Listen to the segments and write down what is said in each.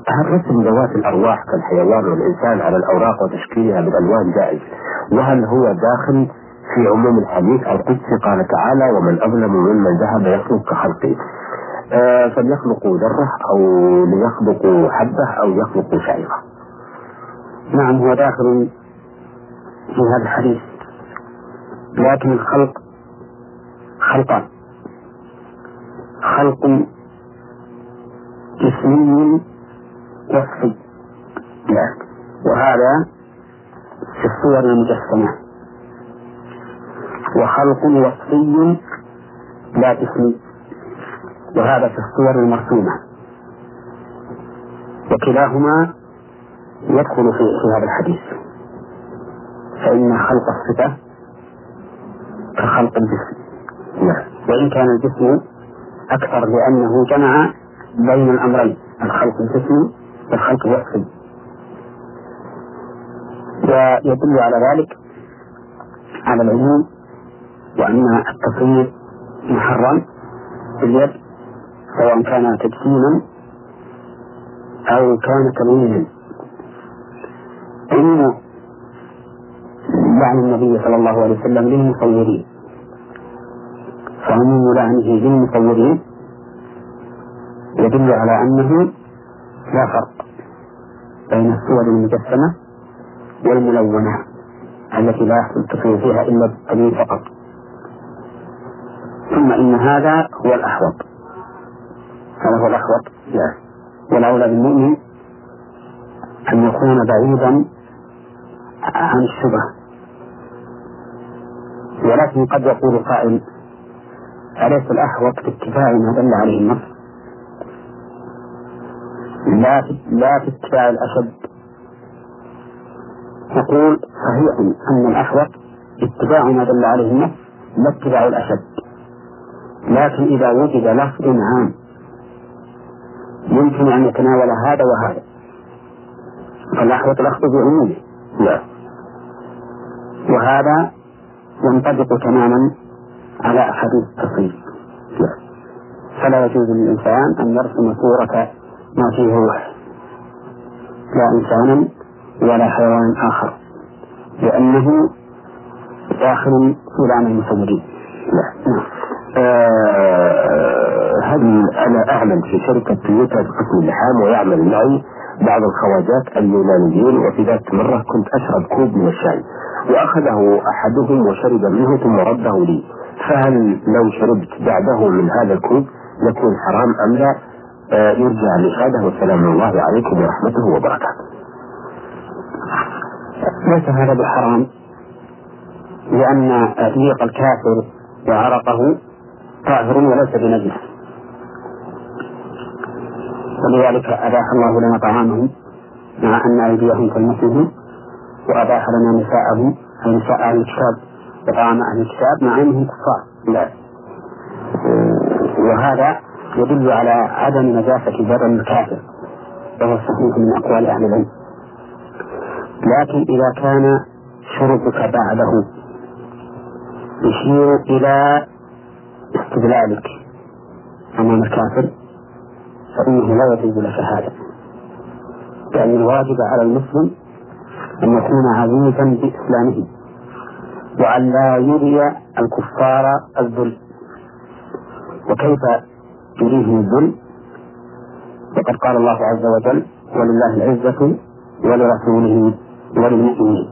هل رسم ذوات الأرواح كالحيوان والإنسان على الأوراق وتشكيلها بالألوان جائز؟ وهل هو داخل في عموم الحديث القدسي قال تعالى ومن أظلم ممن ذهب يخلق كخلقه، فليخلقوا ذرة أو ليخلقوا حبة أو يخلقوا شعيرة؟ نعم، هو داخل في هذا الحديث، لكن الخلق خلقان: خلق جسمي وصفي، وهذا في الصور المجسمة، وخلق وصفي لا جسمي، وهذا في الصور المرسومة، وكلاهما يدخل في هذا الحديث، فإن خلق الصفة كخلق الجسم، وإن كان الجسم أكثر لأنه جمع بين الأمرين، الخلق الجسمي والخلق الوصفي. ويدل على ذلك على العموم، وأن التصوير محرم باليد سواء كان تجسيما أو كان تلوينا. إن لعن النبي صلى الله عليه وسلم للمصورين، فعموم لعنه للمصورين يدل على أنه لا فرق بين الصور المجسمة والملونة التي لا يحصل التصوير فيها إلا بالتلوين فقط. ثم إن هذا هو الأحوط، والأولى بالمؤمن أن يكون بعيدا عن الشبه. ولكن قد يقول قائل: أليس الأحوط باتباع ما دل عليه النص لا في اتباع الأشد؟ نقول: صحيح أن الأحوط اتباع ما دل عليه النص لا اتباع الأشد، لكن إذا وجد لفظ عام يمكن أن يتناول هذا وهذا فالأحوط الأخذ بعمومه، وهذا ينطبق تماما على أحاديث التصوير. فلا يجوز للإنسان أن يرسم صورة ما فيه روح، لا إنسانا ولا حيوان آخر، لأنه داخل في لعن المصورين. هل أنا أعمل في شركة تويوتا بقسم اللحام ويعمل معي بعض الخواجات اليونانيين، وفي ذات مرة كنت أشرب كوب من الشاي وأخذه أحدهم وشرب منه ثم رده لي، فهل لو شربت بعده من هذا الكوب يكون حرام أم لا؟ يرجع لشهاده والسلام الله عليكم ورحمته وبركاته. ليس هذا بالحرام، لأن ريق الكافر وعرقه طاهر وليس بنجس، ولذلك أباح الله لنا طعامهم مع أن أيديهم تلمسهم، وأباح لنا نساءهم أي نساء أهل الكتاب وطعام أهل الكتاب مع أنهم كفار. وهذا يدل على عدم نجاسة بدن الكافر، وهو صحيح من أقوال أهل العلم. لكن إذا كان شربك بعده يشير إلى استدلالك أمام الكافر فإنه لا يجوز لك هذا، لأن الواجب على المسلم أن يكون عزيزا بإسلامه وأن لا يري الكفار الذل. وكيف يريهم الذل وقد قال الله عز وجل: ولله العزة ولرسوله وللمؤمنين.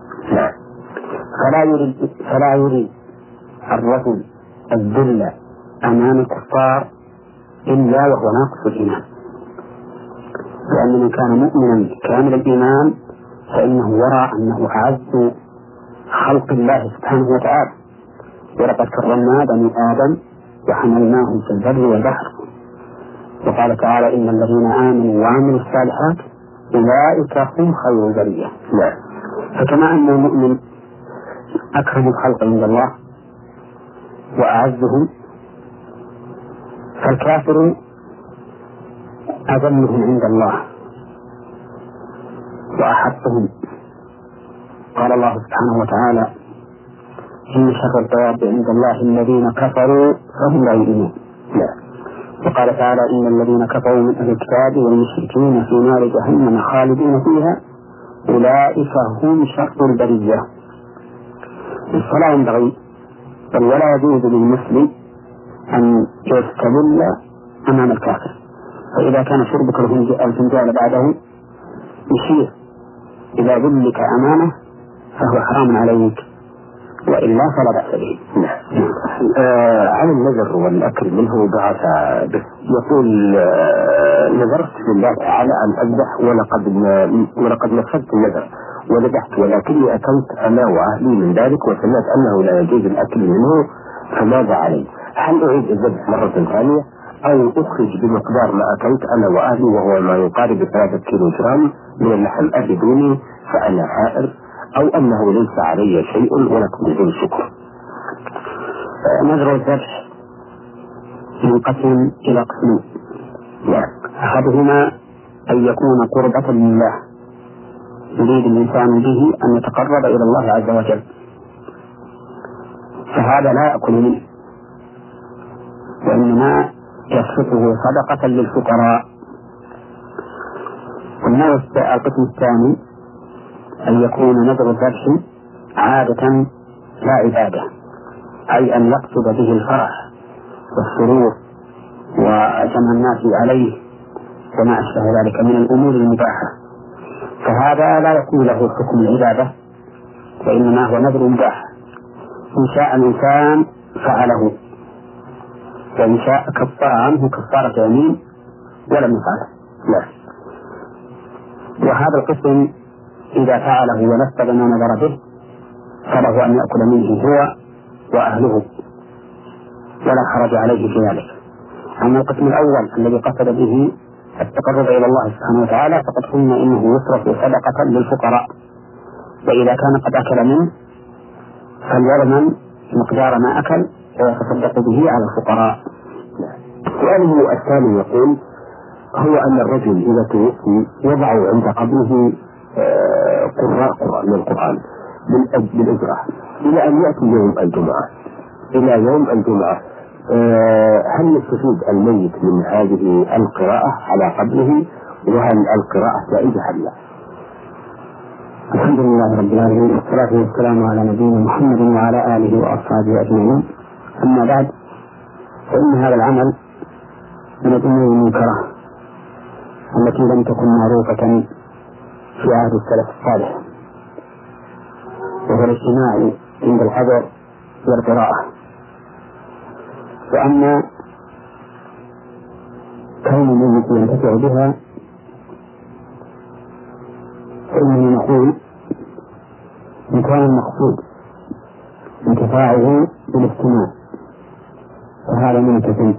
فلا يري الرجل الذل أمام الكفار إلا وهو ناقص الإيمان، لأن من كان مؤمنا كامل الإيمان فإنه يرى أنه أعز خلق الله سبحانه وتعالى. ولقد كرمنا بني آدم وحملناهم في البر والبحر، وقال تعالى: إن الذين آمنوا وعملوا الصالحات أولئك هم خير البرية. فكما أن المؤمن أكرم الخلق عند الله وأعزهم، فالكافر أذلهم عند الله وأحطهم. قال الله سبحانه وتعالى: إن شر الدواب عند الله الذين كفروا فهم لا يؤمنون. وقال تعالى إن الذين كفروا من أهل الكتاب والمشركين في نار جهنم خالدين فيها أولئك هم شر البرية. فلا ينبغي بل ولا يجوز للمسلم أن يستذل أمام الكافر، فإذا كان شربك الفنجان بعده يشير إلى ذلك أمامه فهو حرام عليك، وإلا فلا بأس به. عن النذر والأكل منه بعث به يقول نذرت لله تعالى أن أذبح ولقد نفذت النذر وذبحت، ولكني أكلت أنا وأهلي من ذلك وسمعت أنه لا يجوز الأكل منه، فماذا علي؟ هل أعيد الذبح مرة ثانية أو أخرج بمقدار ما أكلت أنا وأهلي وهو ما يقارب 3 كيلوغرام من اللحم أفيدوني فأنا حائر، أو أنه ليس علي شيء ولكم بدون شكر؟ نذر الذبح ينقسم إلى قسمين، أحدهما أن يكون قربة لله يريد الإنسان به أن يتقرب إلى الله عز وجل، فهذا لا يأكل منه وإنما يصرفه صدقة للفقراء. والنوع القسم الثاني أن يكون نذر الذبح عادة لا عبادة، أي أن يقصد به الفرح والسرور وجمع الناس عليه وما أشبه ذلك من الأمور المباحة، فهذا لا يكون له حكم العبادة وإنما هو نذر مباح، إن شاء الإنسان فعله وإن شاء كفر عنه كفارة يمين ولم يفعله. لا. وهذا القسم إذا فعله ونفذ ما نذر به فله أن يأكل منه هو وأهله ولا حرج عليه في ذلك. أما القسم الأول الذي قصد به التقرب إلى الله سبحانه وتعالى فقد قلنا إنه يصرف صدقة للفقراء، وإذا كان قد أكل منه فليضمن مقدار ما أكل ويتصدق به على الفقراء. سؤاله الثاني يقول هو أن الرجل إذا توفي وضعوا عند قبره قراء من القرآن بالأجرة إلى أن يأتي يوم الجمعة، هل يستفيد الميت من هذه القراءة على قبره، وهل القراءة جائزة أم لا؟ الحمد لله رب العالمين، والصلاة والسلام على نبينا محمد وعلى آله وأصحابه أجمعين. أما بعد، فإن هذا العمل من الأمور المنكرة التي لم تكن معروفة في عهد السلف الصالح، وهو الاجتماع عند الحضر والقراءة. وأما كون الميت ينتفع بها فإننا نقول إن كان المقصود انتفاعه بالاجتماع فهذا منتفع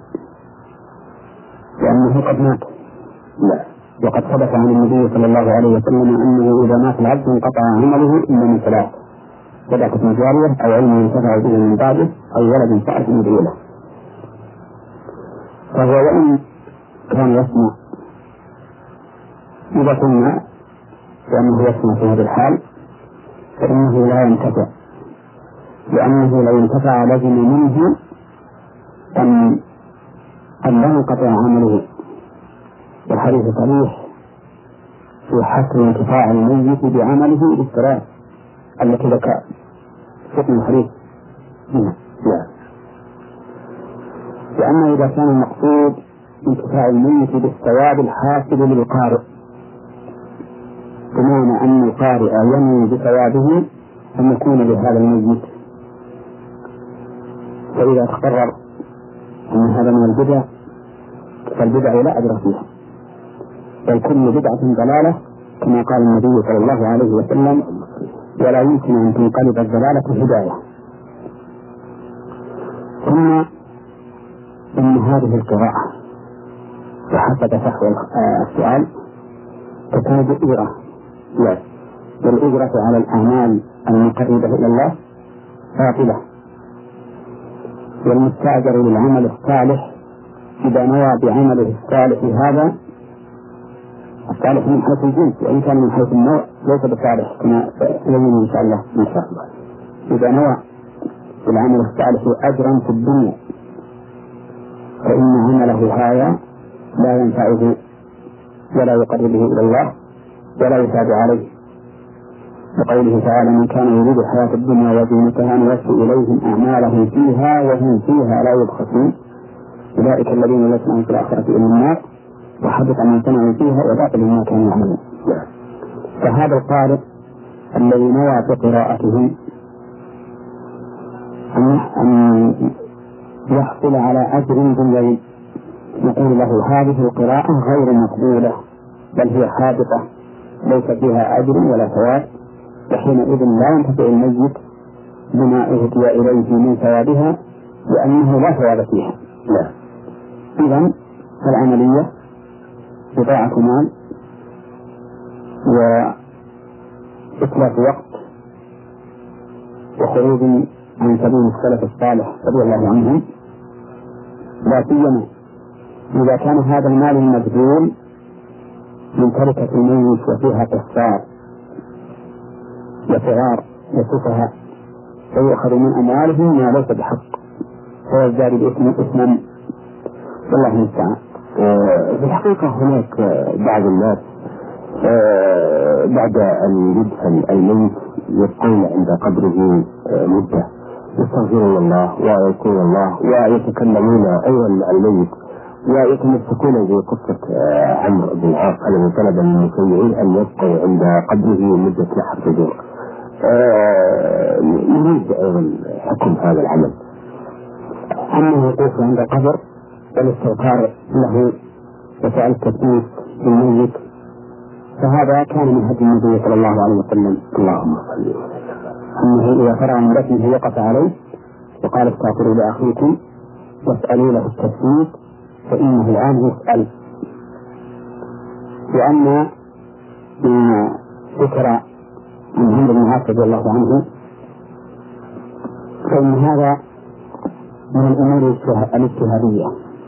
لأنه قد مات. لا، وقد ثبت عن النبي صلى الله عليه وسلم أنه إذا مات العبد انقطع عمله إلا من 3: صدقة جارية أو علم ينتفع به من بعده أو ولد صالح يدعو له. فهو وإن كان يسمع إذا كنا لأنه يسمع في هذا الحال فإنه لا ينتفع، لأنه لو انتفع لازم منه أن لا ينقطع عمله، والحديث صريح في حصر انتفاع الميت بعمله بالصلاة التي ذكر حكم الحديث. لأنه إذا كان المقصود انتفاع الميت بالثواب الحاصل للقارئ، بمعنى أن القارئ ينوي بثوابه أن يكون لهذا الميت، وإذا تقرر أن هذا من البدع فالبدع لا أجر فيها، بل كل بدعة ضلالة كما قال النبي صلى الله عليه وسلم: ولا يمكن أن تنقلب الضلالة هداية. ثم إن هذه القراءة وحسب فحوى السؤال تكاد أجرة، والأجرة على الأعمال المقربة إلى الله باطلة، والمستأجر للعمل الصالح إذا نوى بعمله الصالح هذا الصالح من حيث الجنس وإن كان من حيث النوع ليس بصالح كما يبين إن شاء الله. إذا نوى بالعمل الصالح أجرا في الدنيا فإن عمله هذا لا ينفعه ولا يقربه إلى الله ولا يثاب عليه، وقوله تعالى: من كان يريد الحياة الدنيا وزينتها نوفي إليهم أعمالهم فيها وهم فيها لا يبخسون أولئك الذين ليس لهم في الآخرة إلا النار وحبط ما صنعوا فيها وباطل ما كانوا يعملون. فهذا القارئ الذي نوى بقراءته أن يحصل على أجر دنيوي نقول له: هذه القراءة غير مقبولة، بل هي حابطة ليس فيها أجر ولا ثواب، وحينئذ لا ينتفع الميت بما أهدي إليه من ثوابها لأنه لا ثواب فيها. إذن العملية إضاعة مال وإتلاف وقت وخروج عن سبيل السلف الصالح رضي الله عنهم، لا سيما إذا كان هذا المال المبذول من تركة الميت وفيها قصار وصغار وسفهاء فيؤخذ من أموالهم ما ليس بحق فيزداد الإثم إثما، والله المستعان. في الحقيقة هناك بعض الناس بعد أن يدفن الميت يبقون عند قبره مدة يستغفرون الله ويذكرون الله ويتكلمون أيضا مع الميت ويتمسكون بقصة عمرو بن العاص الذي طلب من المسيئين أن يبقوا عند قبره مدة نحر شهور. نريد أيضا حكم هذا العمل. أما الوقوف عند القبر والاستغفار له وسأل التثبيت بالميت فهذا كان من هدي النبي صلى الله عليه وسلم. اللهم صل وسلم. أنه إذا فرغ من دفنه وقف عليه وقال: استغفروا لأخيكم واسألوا له التثبيت فإنه الآن يسأل. وأما ما ذكر عن عمرو بن العاص رضي الله عنه فإن هذا من الأمور الاجتهادية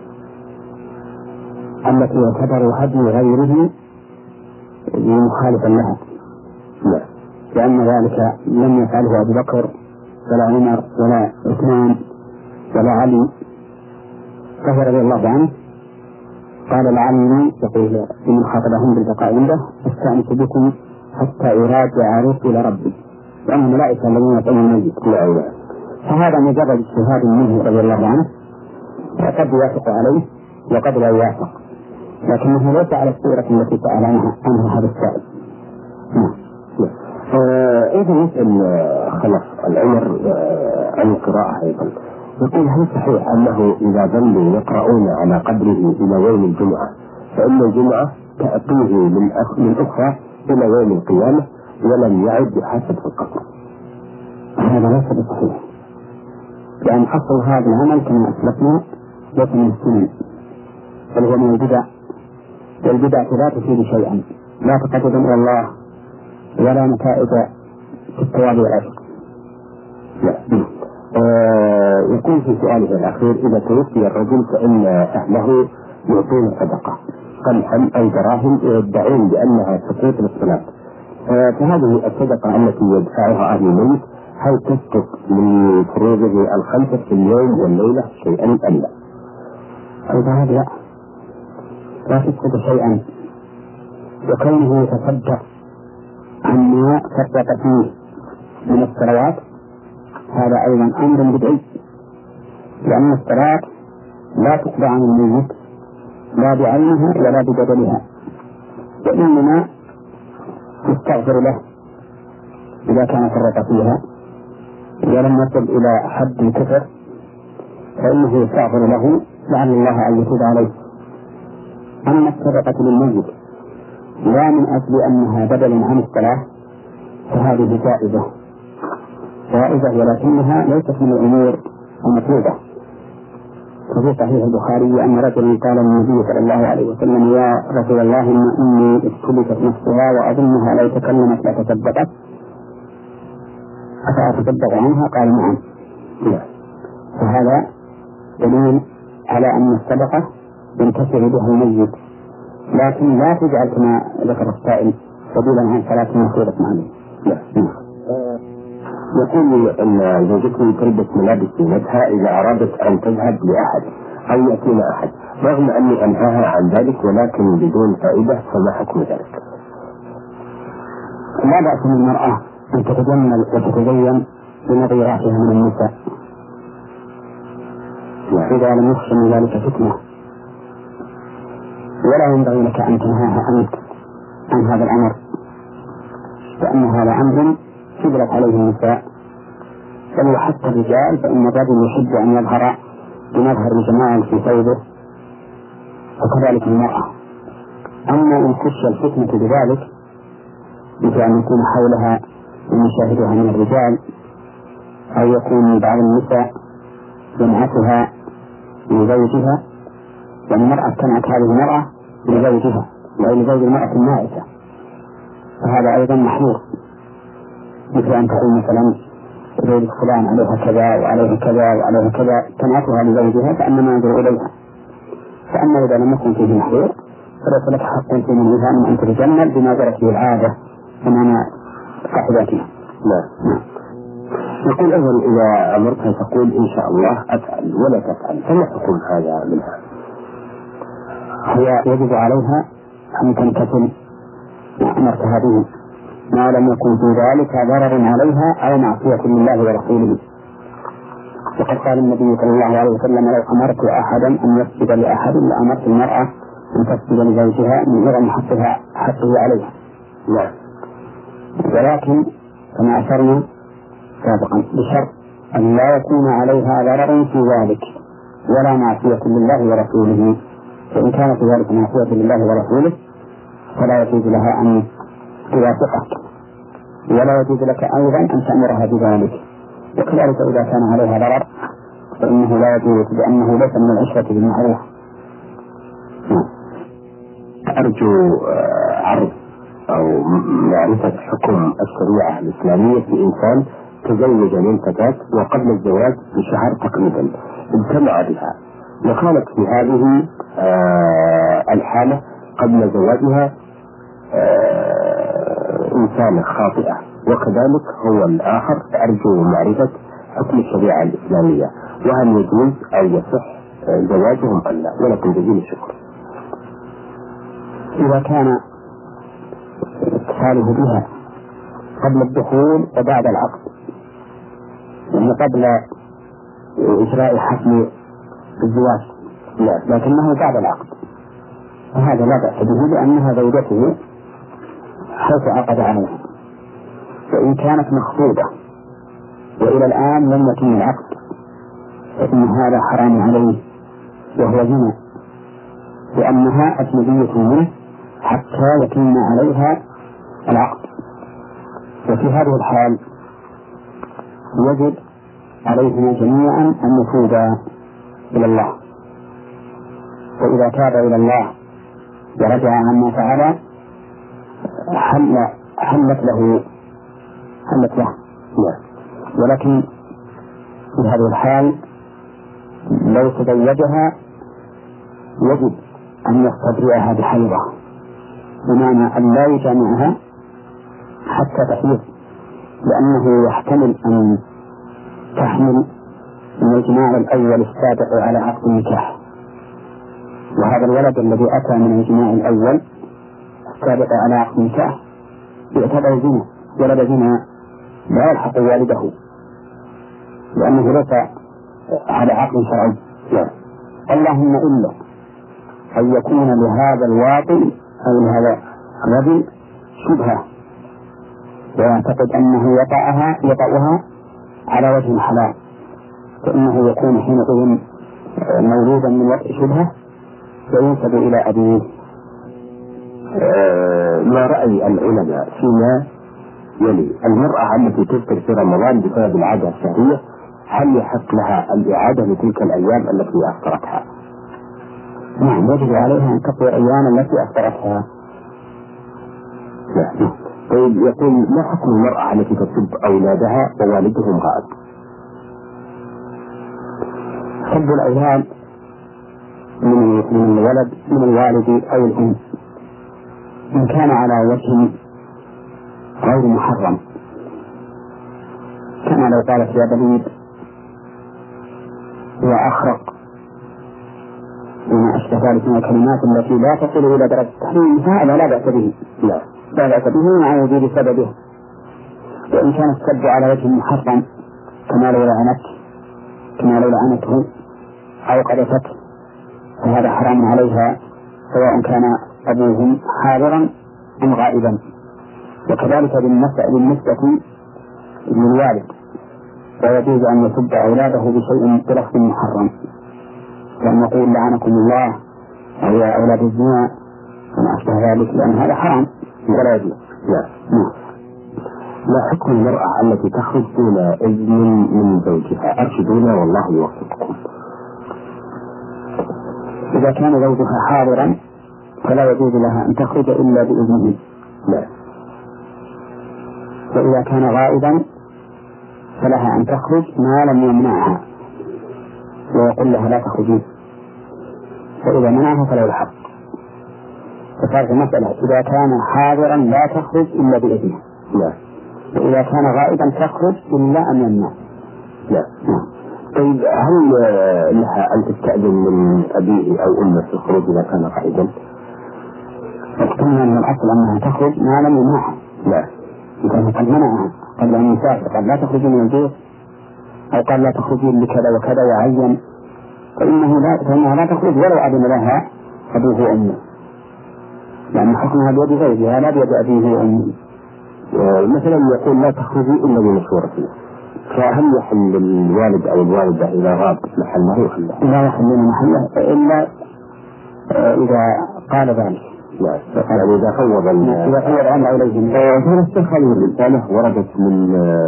التي يعتبر هدي غيره مخالفا لها، لأن ذلك لم يفعله أبو بكر ولا عمر ولا عثمان ولا علي، فهو رضي الله عنه قال: لعلي يقول لمن خاطبهم بالبقاء عنده: استأنس بكم حتى أراجع رسل ربي، وأن الملائكة الذين يطلون الميت. فهذا مجرد اجتهاد منه رضي الله عنه قد يوافق عليه وقد لا يوافق، لكنه ليس على الصورة التي سأل عنها هذا السائل. أيضا يسأل خلف العمر عن القراءة أيضا، يقول: هل صحيح أنه إذا ظلوا يقرؤون على قبره إلى يوم الجمعة فإن الجمعة تأتيه من أخرى إلى يوم القيامة ولم يعد يحاسب في القبر؟ هذا ليس بصحيح، لأن أصل هذا العمل كما أسلفنا ليس من السنن بل هو من البدع، والبدع لا تفيد شيئا، لا تقرب إلى الله ولا نتائج في الثواب والأجر. يقول في سؤاله الأخير: إذا توفي الرجل فإن أهله يعطون صدقة قمحا أو دراهم يدعون بأنها سقوط للصلاة، فهذه الصدقة التي يدفعها أهل الميت هل تسقط من فروضه الخمسة في اليوم والليلة شيئا أم لا؟ الجواب لا تسقط شيئا، وكونه يتصدق عما صدق فيه من الصلوات هذا أيضا أمر بدعي، لأن الصلاة لا تقضى عن الميت لا بعينها ولا ببدلها، وإنما يستغفر له إذا كان فرط فيها ولم يصل إلى حد الكفر فإنه يستغفر له لعل الله أن يتوب عليه. أما الصدقة للميت لا من أجل أنها بدل عن الصلاة فهذه جائزة ولكنها ليست من الأمور المطلوبة. ففي صحيح البخاري أن رجلا قال للنبي صلى الله عليه وسلم: يا رسول الله إني ابتليت نفسها وأظنها لو تكلمت لتصدقت أفأتصدق عنها؟ قال: نعم. فهذا دليل على أن الصدقة ينتفع بها الميت، لكن لا تجعل كما ذكر السائل بديلا عن صلاة مفروضة عليه. يقول أن زوجته تلبس ملابس زينتها إذا أرادت أن تذهب لأحد أو يأتينا أحد، رغم أني أنهاها عن ذلك ولكن بدون فائدة، فما حكم ذلك؟ لا بأس من المرأة أن تتجمل وتتزين بنظيراتها من النساء إذا لم يخشى من ذلك فتنة، ولا ينبغي لك أن تنهاها أنت عن هذا الأمر، لأن هذا أمر جبلت عليه النساء، بل وحتى الرجال، فإن الرجل يحب أن يظهر بمظهر الجمال في ثوبه، وكذلك المرأة. أما إن خشي الفتنة بذلك مثل أن يكون حولها من يشاهدها من الرجال، أو يكون بعض النساء ينعتها لزوجها، والمرأة تنعت هذه المرأة لزوجها أو لزوج المرأة النائسة، فهذا أيضا محظور، مثل أن تقول مثلا زوج فلان عليها كذا وعليها كذا وعليها كذا، تنعتها لزوجها كأنما ينظر إليها. فأما إذا لم يكن فيه محظور فليس لك حق في منها من أن تتجمل بما جرت به العادة أمام صاحباتها. نعم. يقول أيضا إذا أمرتها تقول إن شاء الله أفعل ولا تفعل، فما حكم هذا منها؟ هي يجب عليها أن تمتثل ما أمرتها به، ما لم يكن في ذلك ضرر عليها أو معصية لله ورسوله. وقد قال النبي صلى الله عليه وسلم: لو أمرت أحدا أن يسجد لأحد لأمرت المرأة أن تسجد لزوجها من غير حقه عليها. لا. ولكن كما أشرنا سابقا بشرط أن لا يكون عليها ضرر في ذلك ولا معصية لله ورسوله، فإن كان في ذلك معصية لله ورسوله فلا يجوز لها أن توافقك، ولا يجوز لك أيضا أن تأمرها بذلك. وكذلك إذا كان عليها ضرر فإنه لا يجوز، لأنه ليس من العشرة بالمعروف. أرجو عرض أو معرفة حكم الشريعة الإسلامية في إنسان تزوج من فتاة وقبل الزواج بشهر تقريبا اجتمع بها، وكانت في هذه الحالة قبل زواجها إنسانة خاطئة، وكذلك هو الآخر. أرجو معرفة حكم الشريعة الإسلامية، وهل يجوز أو يصح زواجهم أم لا؟ ولكم جزيل الشكر. إذا كان اتصاله بها قبل الدخول وبعد العقد، يعني قبل إجراء حفل الزواج لكنه بعد العقد، فهذا لا بأس به لأنها زوجته حيث عقد عليها. وإن كانت مخطوبة وإلى الآن لم يتم العقد فإن هذا حرام عليه وهو زنا، لأنها أجنبية منه حتى يتم عليها العقد. وفي هذه الحال يجب عليهما جميعا أن يتوبا إلى الله، وإذا تاب إلى الله ورجع عما فعل حلت له. ولكن في هذه الحال لو تزوجها يجب أن يستبرئها بحيضة، بمعنى أن لا يجامعها حتى تحيض، لأنه يحتمل أن تحمل من الجماع الأول السابق على عقد النكاح، وهذا الولد الذي أتى من الجماع الأول السابق على عقد النكاح يعتبر زنا، ولد زنا لا يلحق والده لأنه ليس على عقد شرعي. اللهم إلا أن يكون لهذا الواطن أو لهذا الرجل شبهة ويعتقد أنه يطأها على وجه حلال، فإنه يكون حينئذ مولودا من وقت شبهة وينسب إلى أبيه. ما رأي العلماء فيما يلي؟ المرأة التي تفطر في رمضان بسبب العادة الشهرية هل يحق لها الإعادة لتلك الأيام التي أفطرتها؟ نعم، يجب عليها أن تقضي الأيام التي أفطرتها. طيب، يقول ما حكم المرأة التي تسب أولادها ووالدهم غائب؟ سب الأولاد من الولد من الوالد أو الأم إن كان على وجه غير محرم، كما لو قالت يا بليد وأخرق وذلك من الكلمات التي لا تصل إلى درجة التحريم هذا لا بأس به، لا بأس به مع وجود سببه. وإن كان السب على وجه محرم كما لو لعنته أو قذفته فهذا حرام عليها سواء كان أبوهم حاضرا أم غائبا. وكذلك بالنسبة للوالد لا يجوز أن يسب أولاده بشيء بلفظ محرم، لأن يقول لعنكم الله أو يا أولاد الزنا وما أشبه ذلك، لأن هذا حرام ولا يجوز. ما حكم المرأة التي تخرج دون إذن من زوجها؟ أرشدونا والله يوفقكم. إذا كان زوجها حاضرا فلا يجوز لها أن تخرج إلا بإذنه، وإذا كان غائبا فلها أن تخرج ما لم يمنعها ويقول لها لا تخرجين، فإذا منعها فلا يلحق. فصارت المسألة إذا كان حاضرا لا تخرج إلا بإذنه، وإذا كان غائبا تخرج إلا أن يمنع. طيب هل لها أن تستأذن من أبيه أو أمه في الخروج إذا كان غائبا؟ فاحتمل من الأصل أنها تخرج ما لم يمنعها. إذا قد منعها قبل أن يسافر، قد لا تخرج من البيت أو قال لا تخرجين لكذا وكذا وعين، فإنها لا تخرج ولو أذن لها أبوه وأمه، لأن حكمها بيد زوجها لا بيد أبيه وأمه. مثلا يقول لا تخرجي إلا بمشورته، فهل يحل الوالد أو الوالدة إذا غاب محله لا يحل محله إلا إذا قال ذلك، يعني إذا فوض الأمر إليهم. هذه الرسالة وردت من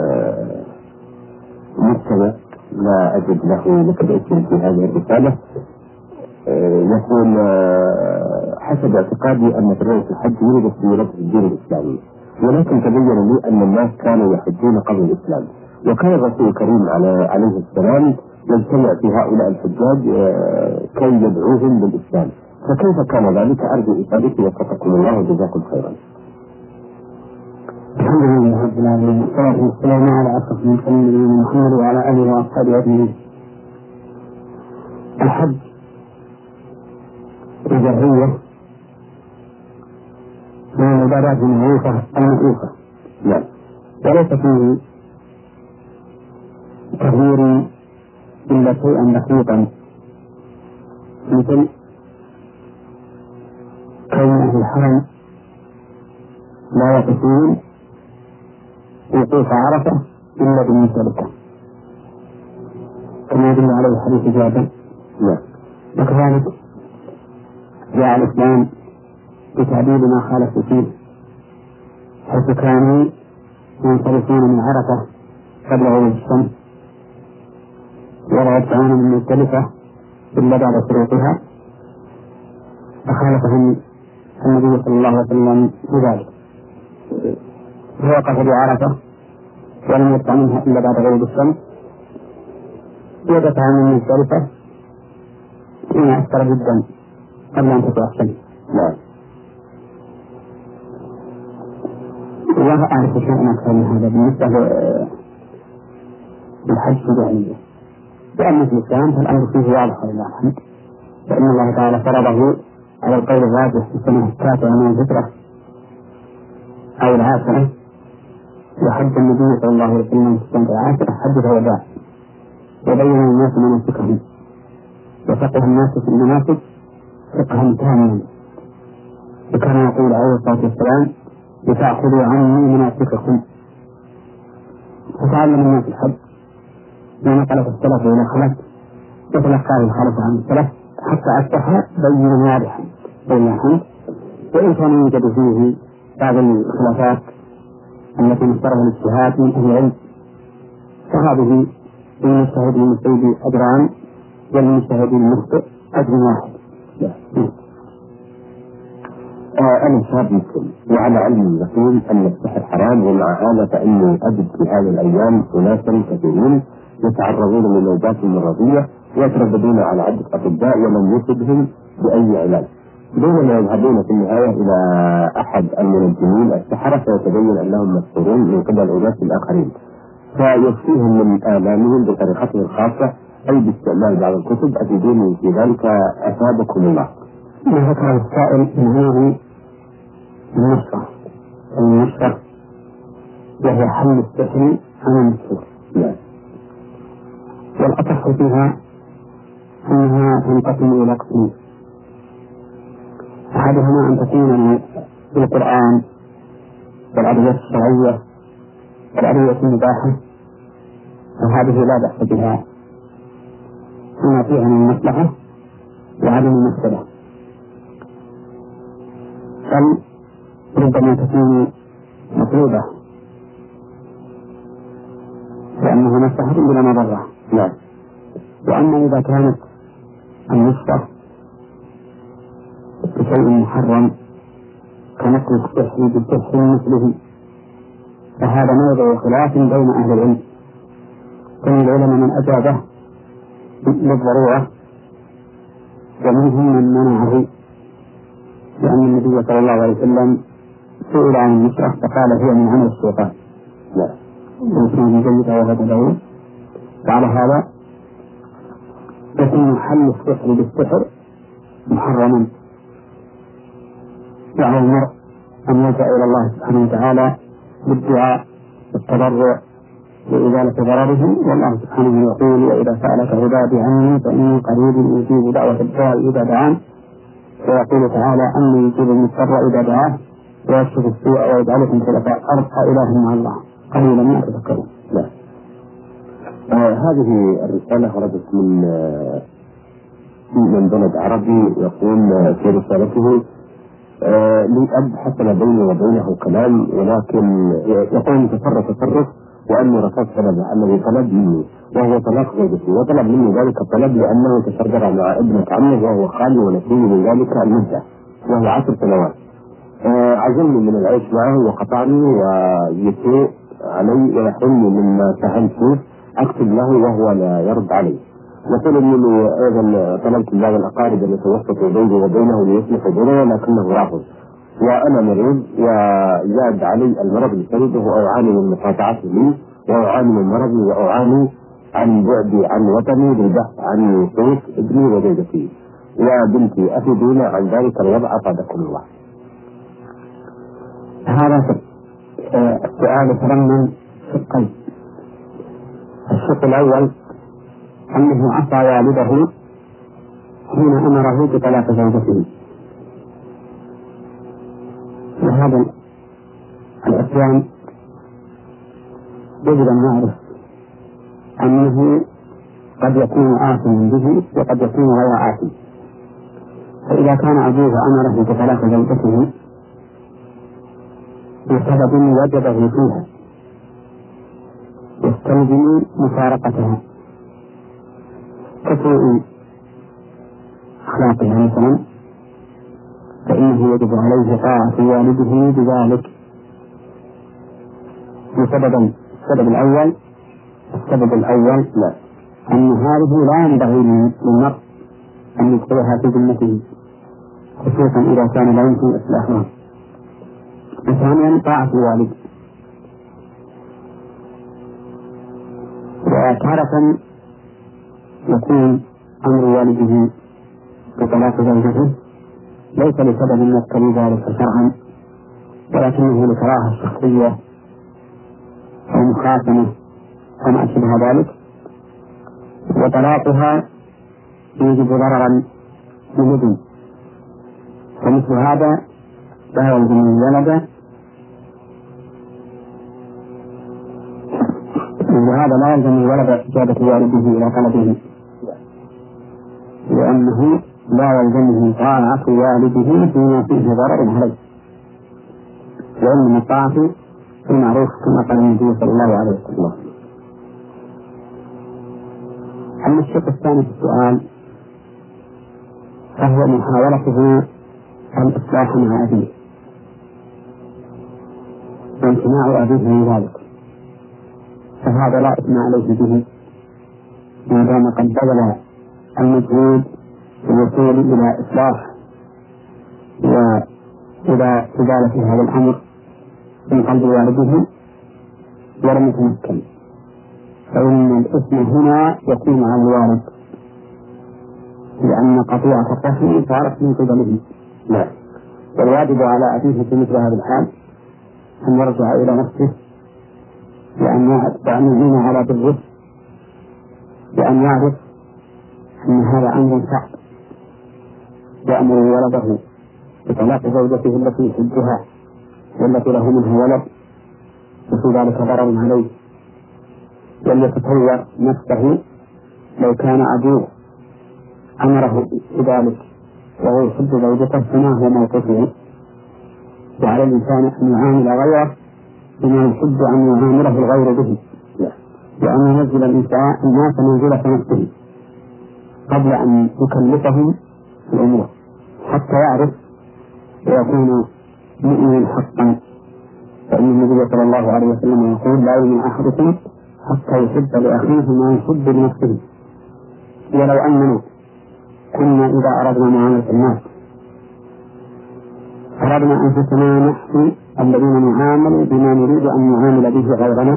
مجتمع لا أجد له لقد اسم في هذه الرسالة، يقول حسب اعتقادي أن تبرئة الحج يوجد في ربط الدين الإسلامي، ولكن تبين لي أن الناس كانوا يحجون قبل الإسلام، وكان الرسول الكريم عليه السلام يجتمع في هؤلاء الحجاج كي يدعوهم للإسلام، فكيف كان ذلك؟ أرجو إفادتي وفقكم الله وجزاكم خيرا. الحمد لله رب العالمين، والصلاة والسلام على أشرف المرسلين محمد وعلى آله وأصحابه أجمعين. الحج الجرية من العبادات المعروفة المألوفة، وليس فيه تغيير إلا شيئا بسيطا، مثل كون أهل الحرم لا يقفون وقوف عرفة إلا بالمشاركة كما يدل عليه حديث جابر. وكذلك جاء الإسلام بتعديل ما خالف فيه، حيث كانوا ينصرفون من عرفة قبل غروب الشمس ولا يدفعون من مزدلفة إلا بعد شروطها، فخالفهم النبي صلى الله عليه وسلم بذلك، فوقف بعرفة ولم يدفع منها إلا بعد غروب الشمس، ودفع من مزدلفة فيما أكثر جدا قبل أن تطلع الشمس. والله أعرف شيئا أكثر من هذا بالنسبة للحج الجاهلية، لأن في الإسلام فالأمر فيه واضح ولله الحمد، فإن الله تعالى فرضه على القول الراجح في السنة التاسعة من الهجرة أو العاشرة، وحج النبي صلى الله عليه وسلم في السنة العاشرة حج الوداع، وبين الناس مناسكهم وفقه الناس في المناسك فقها تاما، وكان يقول عليه الصلاة والسلام لتأخذوا عني مناسككم، فتعلم الناس الحج ونقل في السلف إلى خلف وتلقاه الخلف عن السلف حتى أصبح بينا واضحا ولله الحمد، وإن كان يوجد فيه بعض الخلافات التي مصدرها الاجتهاد من أهل العلم، فهذه للمجتهد المجتهد أجران والمجتهد المخطئ أجر واحد. أنا شاب مسلم وعلى علم يقول أن السحر حرام، ومع هذا فإني أجد في هذه الأيام أناسا كثيرين يتعرضون لنوبات مرضية ويترددون على عدة أطباء ولم يصبهم بأي علاج، بينما يذهبون في النهاية إلى أحد المنجمين السحرة فيتبين أنهم مسحورون من قبل أناس الآخرين، فيكفيهم من آلامهم بطريقته الخاصة أي باستعمال بعض الكتب أفيدوني في ذلك أثابكم الله. ما ذكر السائل من هذه النشرة وهي حل السحر أمام السحر. والأصح فيها أنها تنقسم إلى قسمين: أحدهما أن تكون بالقرآن والأدوية الشرعية والأدوية المباحة، وهذه لا بأس بها بما فيها من مصلحة وعدم المفسدة، بل ربما تكون مطلوبة لأنها مصلحة بلا مضرة. وأما إذا كانت النصرة بشيء محرم كنقل السحر بالسحر مثله، فهذا موضع خلاف بين أهل العلم، فمن العلماء من أجابه للضرورة ومنهم من منعه، لأن النبي صلى الله عليه وسلم سئل عن النصرة فقال هي من عمل الشيطان وكان جيدا وغدا له. وعلى هذا يكون حل السحر بالسحر محرما، وعلى المرء أن يلجأ إلى الله سبحانه وتعالى بالدعاء والتضرع لإزالة ضرره، والله سبحانه يقول: وإذا سألك عبادي عني فإني قريب أجيب دعوة الداعي إذا دعان. ويقول تعالى: أني يجيب المضطر إذا دعاه ويكشف السوء ويجعلكم خلفاء الأرض أإله مع الله قليلا ما تذكرون. هذه الرسالة وردت من بلد عربي يقول في رسالته: لي أب حصل بيني وبينه كلام، ولكن يقول تصرف وأني رفضت طلبه الذي طلب مني وهو طلاق زوجتي، وطلب مني ذلك الطلب لأنه تشرجر مع ابنة عمه وهو خالي ونسيني من ذلك المدة وهو 10 سنوات. عزمني من العيش معه وقطعني ويسيء علي ويحرمني مما فهمت فيه أكتب له وهو لا يرد علي. وطلب مني أيضا طلبت بعض الأقارب أن يتوسطوا بيني وبينه ليصلحوا بيننا لكنه رافض، وأنا مريض وزاد علي المرض بسببه وأعاني من مقاطعته لي وأعاني من مرضي وأعاني عن بعدي عن وطني بالبحث عن صوت ابني وزوجتي وبنتي، أفيدونا عن ذلك الوضع أفادكم الله. هذا السؤال يتضمن شقين: الشق الأول أنه عصى والده حين أمره بطلاق زوجته، وهذا العصيان يجب أن نعرف أنه قد يكون آثما به وقد يكون غير آثم. فإذا كان أبوه أمره بطلاق زوجته بسبب وجده فيها يستلزم مفارقتها كسوء أخلاقها مثلا، فإنه يجب عليه طاعة والده بذلك السبب الأول لا أن هذه لا ينبغي للمرء أن يدخلها في ذمته، خصوصا إذا كان لا يمكن إصلاحها. وثانيا طاعة الوالد. وتارة يكون أمر والده بطلاق زوجته ليس لسبب يقتضي ذلك شرعا، ولكنه لكراهة شخصية أو مخاصمة أو ما أشبه ذلك، وطلاقها يوجب ضررا للابن، فمثل هذا لا يلزم الولد، وهذا لا يلزم الولد إجابة والده إلى طلبه، لأنه لا يلزمه طاعة والده فيما فيه ضرر عليه، وإنما الطاعة في المعروف كما قال النبي صلى الله عليه وسلم. أما الشق الثاني في السؤال فهو محاولته الإصلاح مع أبيه وامتناع أبيه من ذلك، فهذا لا إثم عليه به ما دام قد بذل المجهود في الوصول إلى إصلاح وإلى إزالة هذا الأمر من قلب والده ولم يتمكن، فإن الإثم هنا يكون على الوالد، لأن قطيعة الرحم صارت من قبله. لا، والواجب على أبيه في مثل هذا الحال أن يرجع إلى نفسه بأن يعين على بره، بأن يعرف أن هذا أمر صعب، يأمر ولده بطلاق زوجته التي يحبها والتي له منها ولد وفي ذلك ضرر عليه، وليتصور نفسه لو كان أبوه أمره بذلك وهو يحب زوجته فما هو موقفه. وعلى الإنسان أن يعامل غيره بما يحب أن يعامله الغير به، وأن ينزل الإنسان الناس منزلة نفسه قبل أن يكلفهم الأمور حتى يعرف ويكون مؤمنا حقا. فإن النبي صلى الله عليه وسلم يقول: لا يؤمن أحدكم حتى يحب لأخيه ما يحب لنفسه. ولو أننا كنا إذا أردنا معاملة الناس أردنا أنفسنا نحن الذين نعامل بما نريد أن نعامل به غيرنا،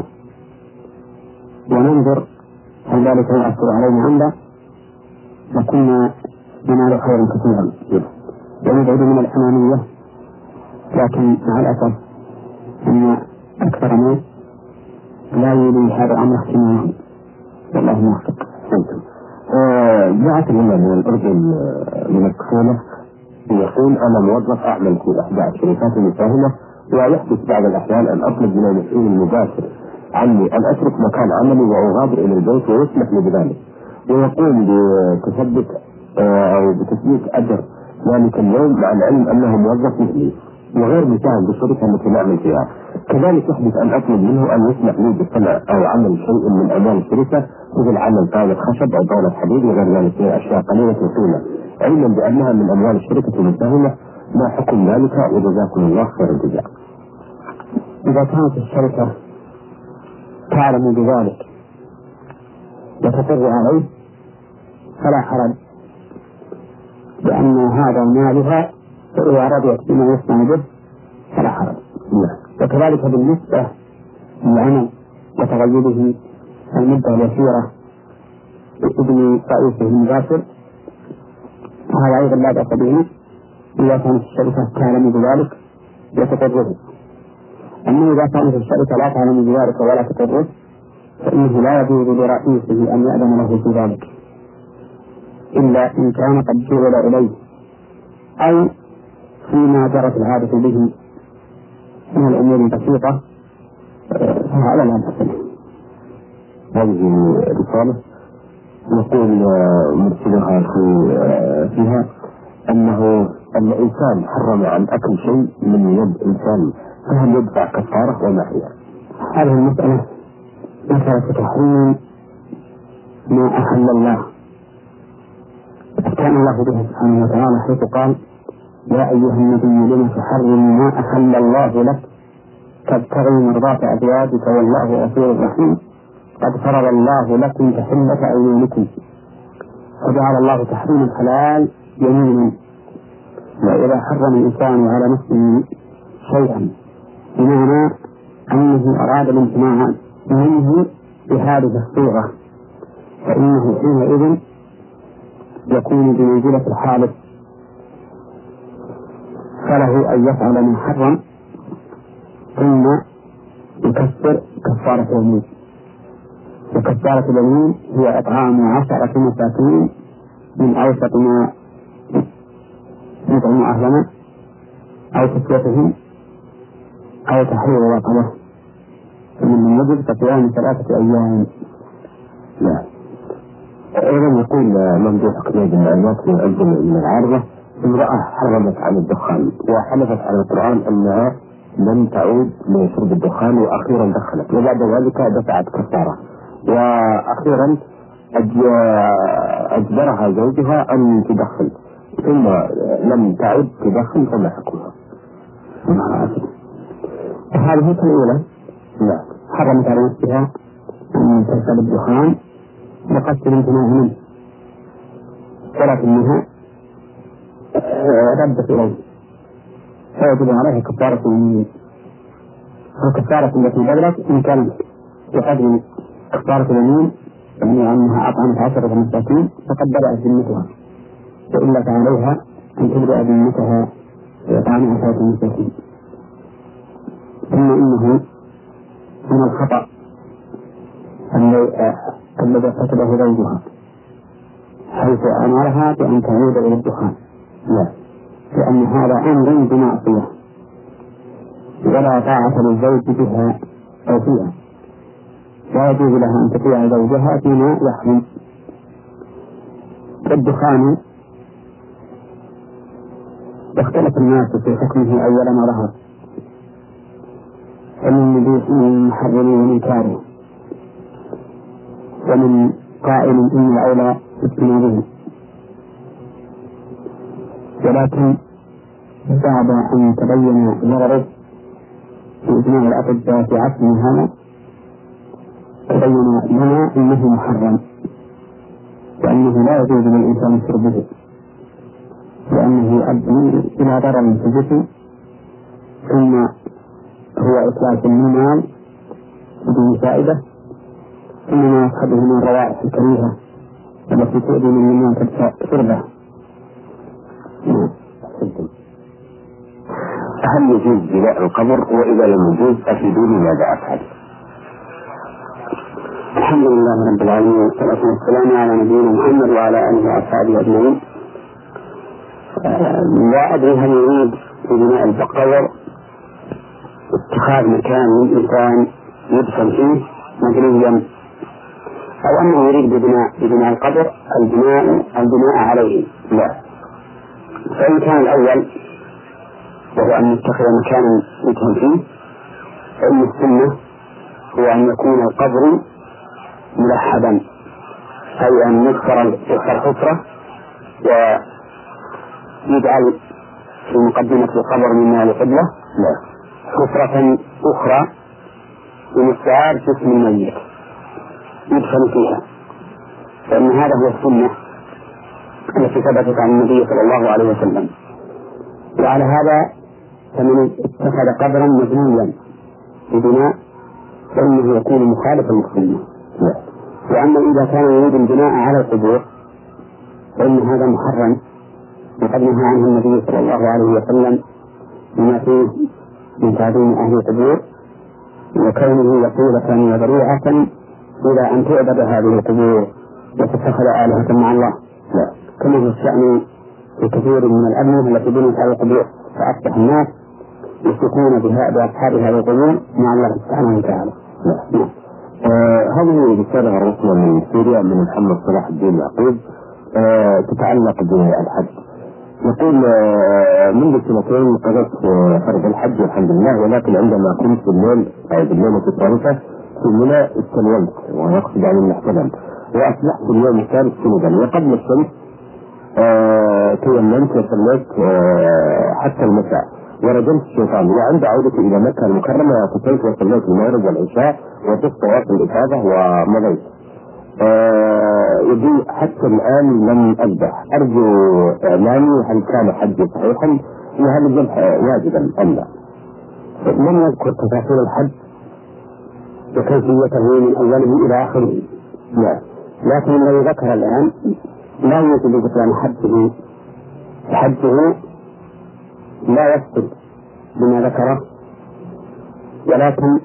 وننظر هل ذلك يؤثر علينا عنده، لكنا ننال خيرا كثيرا ونبعد من الأنانية. لكن مع الأسف أن أكثر الناس لا يريد هذا الأمر اهتماما، والله موفق. جاءت لنا من الأردن من الكفولة يقول: أنا موظف أعمل في إحدى الشركات المساهمة، ويحدث بعض الأحيان أن أطلب من المسؤول المباشر عني أن أترك مكان عملي وأغادر إلى البيت ويسمح لي بذلك، ويقوم بتثبت أو بتثبيت أجر ذلك اليوم مع العلم أنه موظف مثلي وغير مساهم بالشركة التي نعمل فيها. كذلك يحدث أن أطلب منه أن يسمح لي بصنع أو عمل شيء من أعمال الشركة مثل عمل طاولة خشب أو طاولة حديد وغير ذلك من أشياء قليلة وقيمة، علما بأنها من أموال الشركة المساهمة. ما حكم ذلك؟ وجزاكم الله خير الجزاء. إذا كانت الشركة تعلم بذلك وتقر عليه فلا حرج، لأن هذا مالها فإذا رضيت بما يصنع به فلا حرج. وكذلك بالنسبة للعمل وتغيبه المدة اليسيرة بإذن رئيسه المباشر هذا أيضا لا بأس به إذا كانت الشركة تعلم بذلك وتقره. أما إذا كانت الشركة لا تعلم بذلك ولا تقره فإنه لا يجوز لرئيسه أن يأذن له في ذلك إلا إن كان قد جعل إليه أو فيما جرت العادة به من الأمور البسيطة، فهذا لا بأس به. هذه رسالة يقول مرسلها فيها أنه الإنسان حرم عن أكل شيء من يد إنسان، فهل يدفع كفارة وما هي؟ هذه المسألة مسألة تحريم ما أحل الله، كان الله به سبحانه وتعالى حيث قال: يا أيها النبي لم تحرم ما أحل الله لك تبتغي مرضات أزواجك والله غفور رحيم قد فرض الله لكم تحلة أيمانكم. فجعل الله تحريم الحلال يمينا. وإذا حرم الإنسان على نفسه شيئا بمعنى أنه أراد الامتناع منه بهذه الصورة فإنه حينئذ يكون بمنزلة الحالف، فله أن يفعل من حرم ثم يكفر كفارة يمين. وكفارة اليمين هي إطعام 10 مساكين من أوسط ما يطعم أهلنا أو كسوتهم أو تحرير رقبة، فمن يجب فصيام 3 أيام. لا. أيضا يقول ممدوح قيد المعلومات من أجل من العارضة: امرأة حرمت عن الدخان وحلفت على القرآن أنها لن تعود لشرب الدخان وأخيرا دخلت، وبعد ذلك دفعت كفارة، وأخيرا أجبرها زوجها أن تدخل ثم لم تعد تدخل، فما حكمها؟ هذه الأولى لا حرمت على نفسها أن تشرب الدخان وقد الامتناع منه، ولكنها ردت إليه فيجب عليها كفارة اليمين. الكفارة التي بدلت إن كانت بقدر كفارة اليمين يعني أنها أطعمت 10 مساكين فقد بدأت ذمتها، وإلا فعليها أن تبدأ ذمتها بإطعام 10 مساكين. ثم إنه من الخطأ الذي ارتكبه زوجها حيث أمرها بأن تعود إلى الدخان، لا، لأن هذا أمر بمعصية ولا طاعة للزوج بها أو فيها، لا يجوز لها أن تطيع زوجها فيما يحرم. الدخان اختلف الناس في حكمه أول ما ظهر، ومن محرم ومن كاره، ومن قائل إن الأولى اجتنابه، ولكن بعد أن تبين ضرره بإجماع الأطباء في عصرنا هذا تبين لنا أنه محرم، وأنه لا يجوز للإنسان شربه، لأنه يؤدي إلى ضرر في الجسم، ثم هو إتلاف للمال بدون فائدة، ثم ما يصحبه من الروائح الكريهة التي تؤذي من ينتج شربه. هل يجوز بناء القبر؟ وإذا لم يجوز أفيدوني ماذا أفعل؟ الحمد لله رب العالمين، والصلاة والسلام على نبينا محمد وعلى آله وأصحابه أجمعين. لا أدري هل يريد ببناء القبر اتخاذ مكان للإنسان يدفن فيه مدنيا، أو أنه يريد ببناء القبر البناء عليه. لا، فإن كان الأول وهو أن يتخذ مكانا يدفن فيه، فإن السنة هو أن يكون القبر ملحدا، أي أن يكسر حفرة ويجعل في مقدمة القبر من مال قبلة حفرة أخرى بمستعار جسم الميت يدفن فيها، فإن هذا هو السنة التي ثبتت عن النبي صلى الله عليه وسلم. وعلى هذا فمن اتخذ قبرا مبنيا ببناء فإنه يكون مخالفا للسنة. وأما إذا كان يريد البناء على القبور فإن هذا محرم، وقد نهى عنه النبي صلى الله عليه وسلم بما فيه من تعظيم أهل القبور وكونه وسيلة وذريعة إلى أن تعبد هذه القبور وتتخذ آلهة مع الله، كما هو الشأن في كثير من الأبنية التي بنيت على القبور، فأصبح الناس يشركون بأصحاب هذه القبور مع الله سبحانه وتعالى. هذه رسالة الرسمة من سوريا من محمد صلاح الدين يعقوب تتعلق بالحج. يقول منذ سنتين قضيت فرض الحج والحمد لله، ولكن عندما كنت بالليل أو بالليلة الثالثة في منى استلمت، ويقصد عن الاحتلام، وأصبحت اليوم الثالث جنوبا، وقبل الشمس تيممت وصليت حتى المساء ورجمت الشيطان، وعند عودتي إلى مكة المكرمة اعتكفت وصليت المغرب والعشاء وطفت طواف الإفاضة ومضيت. يقول حتى الآن لم أذبح، أرجو إعلامي هل كان حجي صحيحا وهل الذبح واجبا أم لا؟ لم يذكر تفاصيل الحج وكيفيته من أوله إلى آخره، لا، لكن الذي ذكر الآن لا يوجد بطلان حجه لا يفسد بما ذكره، ولكن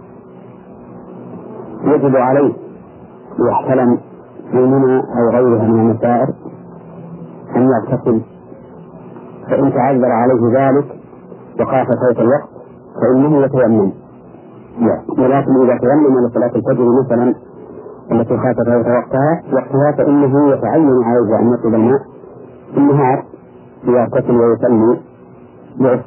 يجب عليه يحتلم في منى أو غيرها من المسائر أن يغتسل، فإن تعذر عليه ذلك وخاف فوت الوقت فإنه يتيمم، ولكن إذا تيمم لصلاة الفجر مثلا التي خاف فوت وقتها فإنه يتعين عليه أن يطلب الماء في النهار ليغتسل ويصلي بعد.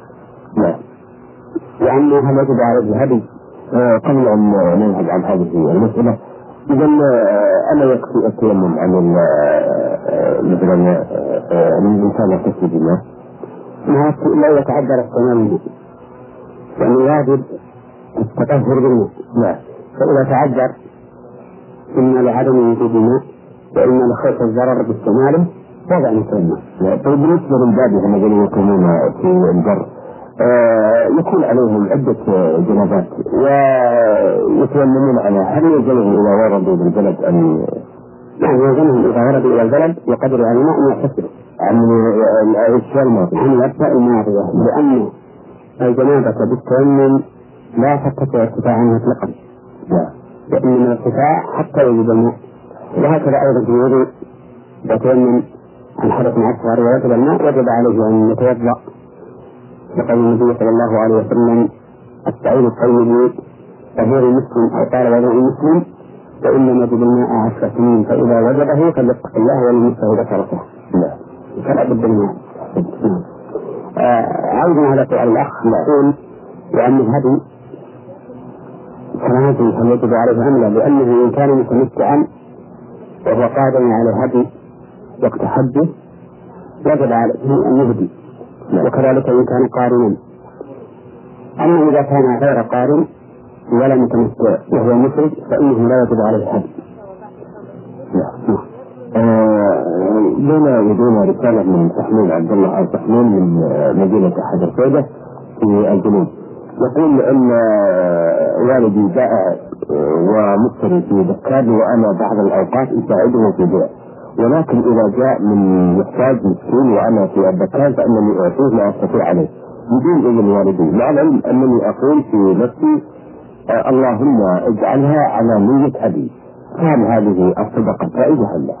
وأما هل يجب عليه هدي؟ قبل أن ننهج عن هذه المسألة، إذا أنا يكفي التيمم عن مثلا من الإنسان يغتسل بالماء؟ لا يتعذر التيمم، لأنه واجب التطهر بالماء، فإذا تعذر إما لعدم وجود الماء وإما لخوف الضرر باستعماله وضع التيمم. طيب بالنسبة للبادية الذين يقومون في البر يكون عليهم عدة جنابات ويتيممون على هل يلزمهم إذا وردوا بالبلد أن يلزمهم إذا وردوا إلى البلد يقدر على الماء أن يغتسلوا عن الأشياء الماضية عن الأشياء الماضية، لأن الجنابة بالتيمم لا تستطيع ارتفاع عنها مطلقا، لأن من الارتفاع حتى يجب الماء. وهكذا أيضا في الوضوء يتيمم عن حدث أصغر ويجب الماء وجب عليه أن يتوضأ، لقول النبي صلى الله عليه وسلم: السعيد الطيب طهور المسلم، أو قال وضوء المسلم، وإنما يجب الماء 10 سنين، فإذا وجده فليتق الله وليمسه ذكرته. فلا بد من هذا. عودنا على سؤال الأخ يقول: وأن الهدي كراهته هل يجب عليه أم لا؟ لأنه إن كان متمتعا وهو قادر على الهدي وقت حجه وجب عليه أن يهدي، وكذلك إن كان قارنا. أما إذا كان غير قارن ولا متمتع وهو مشرك فإنه لا يجب عليه الهدي. لنا ودينا رسالة من سحنون عبد الله أو سحنون من مدينة حجر سودة في الجنوب، يقول أن والدي بائع ومشتري في دكان، وأنا بعض الأوقات أساعده في بيع، ولكن إذا جاء من يحتاج مسكين وأنا في الدكان فإنني أعطيه ما أستطيع عليه بدون إذن والدي، مع العلم أنني أقول في نفسي اللهم اجعلها على نية أبي. هل هذه الصدقة جائزة أم لا؟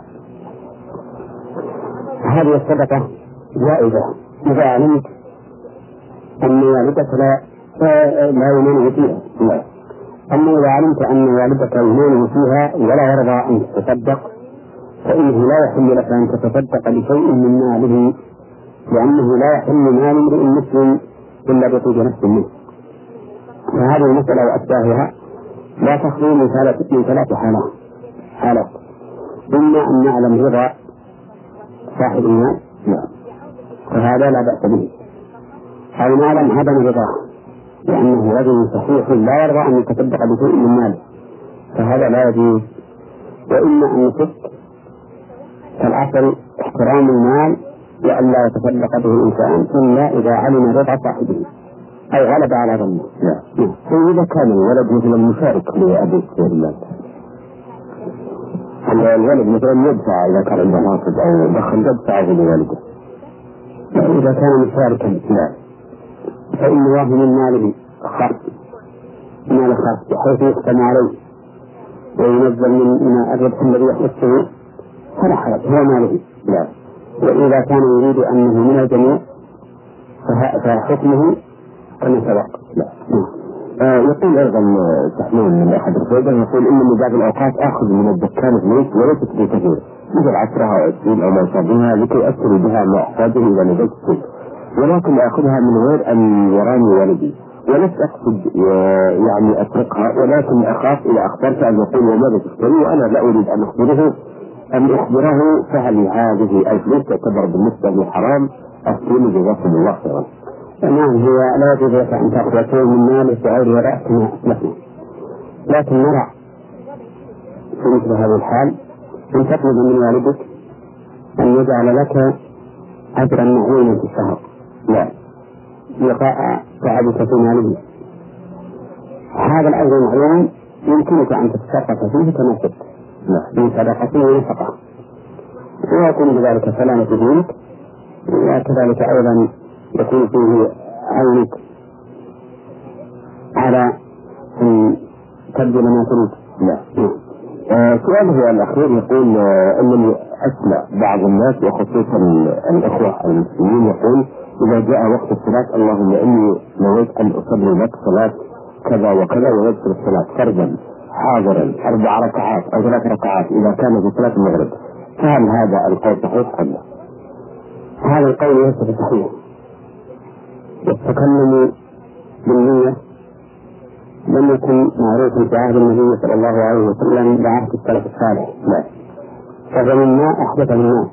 هذه الصدقة جائزة إذا علمت أن والدك لا يمانع فيها. أما إذا علمت أن والدك يمانع فيها ولا يرضى أن تتصدق فإنه لا يحل لك أن تتصدق بشيء من ماله، لأنه لا يحل مال امرئ مسلم إلا بطيب نفس منه. فهذه المسألة وأشباهها لا تخلو من ثلاث حالات: إما أن نعلم رضا صاحب المال فهذا لا بأس به، أو نعلم عدم رضاه لأنه رجل صحيح لا يرضى أن يتصدق بشيء من ماله فهذا لا يجوز. وإما أن نشك فالأصل احترام المال وأن لا يتصدق به الإنسان إلا إذا علم رضا صاحبه أو غلب على ظنه. فإذا كان الولد مثلا مشارك لأبي في المال، الولد مثلا يدفع إذا كان عنده ناصب أو دخل يدفعه لوالده، إذا كان مشاركا فإن واهب من ماله مال خاص بحيث يختم عليه وينزل من الربح الذي يحدثه فلا حرج، هو ماله. وإذا كان يريد أنه من الجميع فحكمه كما سبق. يقول أيضا سحنون من أحد الرفاقة يقول إنني بعض الأوقات أخذ من الدكان فلوس وليست بكثير مثل 10 أو 20 أو ما شابهها لكي أشتري بها ما أحتاجه إذا نزلت السوق، ولكن أخذها من غير أن يراني والدي، ولست أقصد يعني أسرقها، ولكن أخاف إذا أخبرت أن يقول وماذا تشتري وأنا لا أريد أن أخبره فهل هذه الفلوس تعتبر بالنسبة لي حرام؟ أفتوني جزاكم الله خيرا. نعم، هي لا يجوز لك أن تأخذ شيء من ماله بغير وراء كما أسلفنا، لكن نرى في مثل هذه الحال أن تطلب من والدك أن يجعل لك أجرا معلوما في الشهر لقاء تعبك في ماله. هذا الأجر المعلوم يمكنك أن تتصرف فيه كما شئت من صدقة ونفقة، ويكون بذلك سلامة دينك، وكذلك أيضا يكون فيه عونك على أن تبذل ما تريد. سؤاله الأخير يقول أنني أسمع بعض الناس وخصوصا الأخوة المسلمين يقول إذا جاء وقت الصلاة اللهم إني نويت أن أصلي لك صلاة كذا وكذا ويذكر الصلاة فرضا حاضرا 4 ركعات أو 3 ركعات إذا كان في صلاة المغرب، فهل هذا القول صحيح أم لا؟ هذا القول ليس بصحيح. والتكلم بالنية لم يكن معروفا في عهد النبي صلى الله عليه وسلم بعهد السلف الصالح، فهو مما أحدثه الناس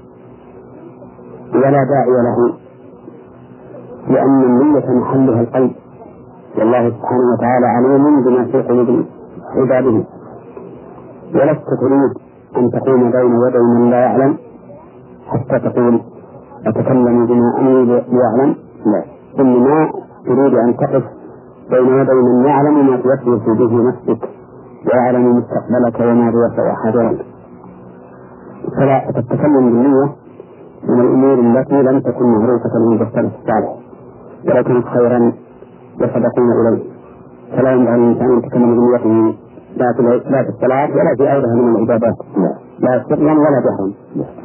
ولا داعي له، لأن النية محلها القلب، والله سبحانه وتعالى عليم بما في قلوب عباده، ولست تريد أن تقوم بين يدي من لا يعلم حتى تقول أتكلم بما أمري ليعلم، ثم ما تريد أن تقف بين يدي من يعلم ما توسوس به نفسك ويعلم مستقبلك وما سوى حاضرا، فلا تتكلم بالنية من الأمور التي لم تكن معروفة من السلف الصالح ولو كانت خيرا يصدقون إليه، فلا ينبغي الإنسان أن يتكلم بنيته لا في الصلاة ولا في غيرها من العبادات، لا سرا ولا جهرا.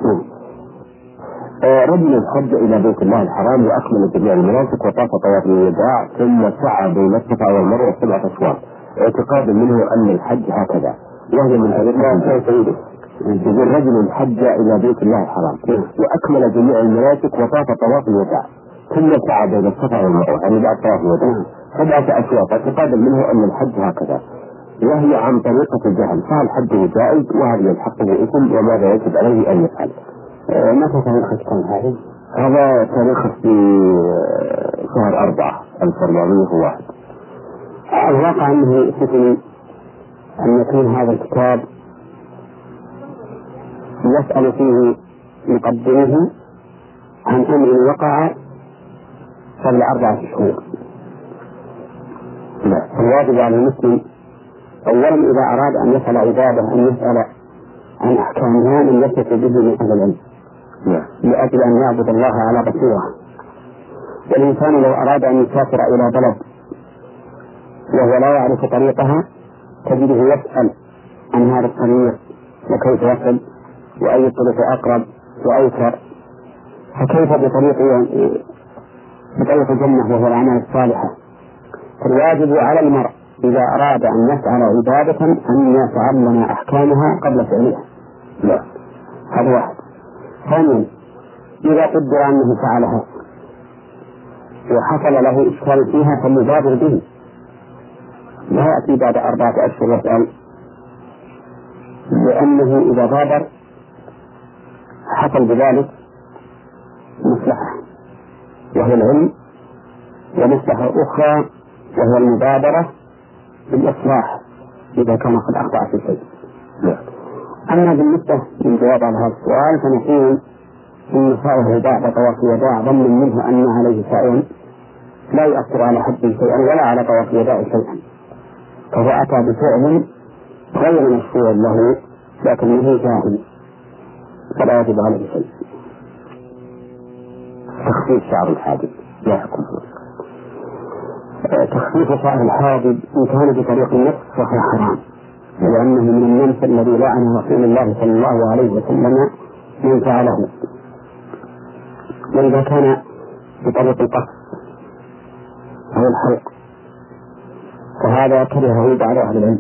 رجل حج إلى بيت الله الحرام وأكمل جميع المناسك وطاف طواف الوداع ثم سعى بين الصفا والمروة 7 أشواط اعتقادا منه أن الحج هكذا، وهي من طريقة سيده. يقول رجل حج إلى بيت الله الحرام وأكمل جميع المناسك وطاف طواف الوداع ثم سعى بين الصفا والمروة، يعني بعد طواف الوداع 7 أشواط اعتقادا منه أن الحج هكذا، وهي عن طريقة الجهل، فهل حجه جائز وهل يلحقه إثم وماذا يجب عليه أن يفعل؟ متى تاريخ كان هذا تاريخ في شهر 4 1401. الواقع أنه يثبتني أن يكون هذا الكتاب يسأل فيه مقدمه عن أمر وقع قبل 4 شهور. الواجب على المسلم أولا إذا أراد أن يسأل عباده أن يسأل عن أحكامها من يثبت به من أهل العلم لأجل أن يعبد الله على بصيرة. والإنسان لو أراد أن يسافر إلى بلد وهو لا يعرف طريقها تجده يسأل عن هذا الطريق وكيف يصل وأي الطريق أقرب وأيسر، فكيف بطريق الجنة وهو الأعمال الصالحة. فالواجب على المرء إذا أراد أن يفعل عبادة أن يتعلم أحكامها قبل فعلها. هذا واحد. ثانيا إذا قدر أنه فعلها وحصل له إشكال فيها فليبادر به، لا يأتي بعد 4 أشهر يسأل، لأنه إذا بادر حصل بذلك مصلحة وهي العلم، ومصلحة أخرى وهو المبادرة بالإصلاح إذا كان قد أخطأ في شيء. أما بالنسبة للجواب على هذا السؤال فنقول إن سائر بعد طواف الوداع ظن منه أن عليه سائر لا يؤثر على حد شيئا ولا على طواف الوداع شيئا، فهو أتى بفعل غير مشروع له لكنه جاهل فلا يجب عليه شيء. تخفيف شعر الحاجب لا يحكم تخفيف شعر الحاجب إن كان بطريق النفس فهو حرام، لأنه من النمس الذي لعنه رسول الله صلى الله عليه وسلم من فعله. وإذا كان بطريق القص أو الحلق فهذا كرهه بعض أهل العلم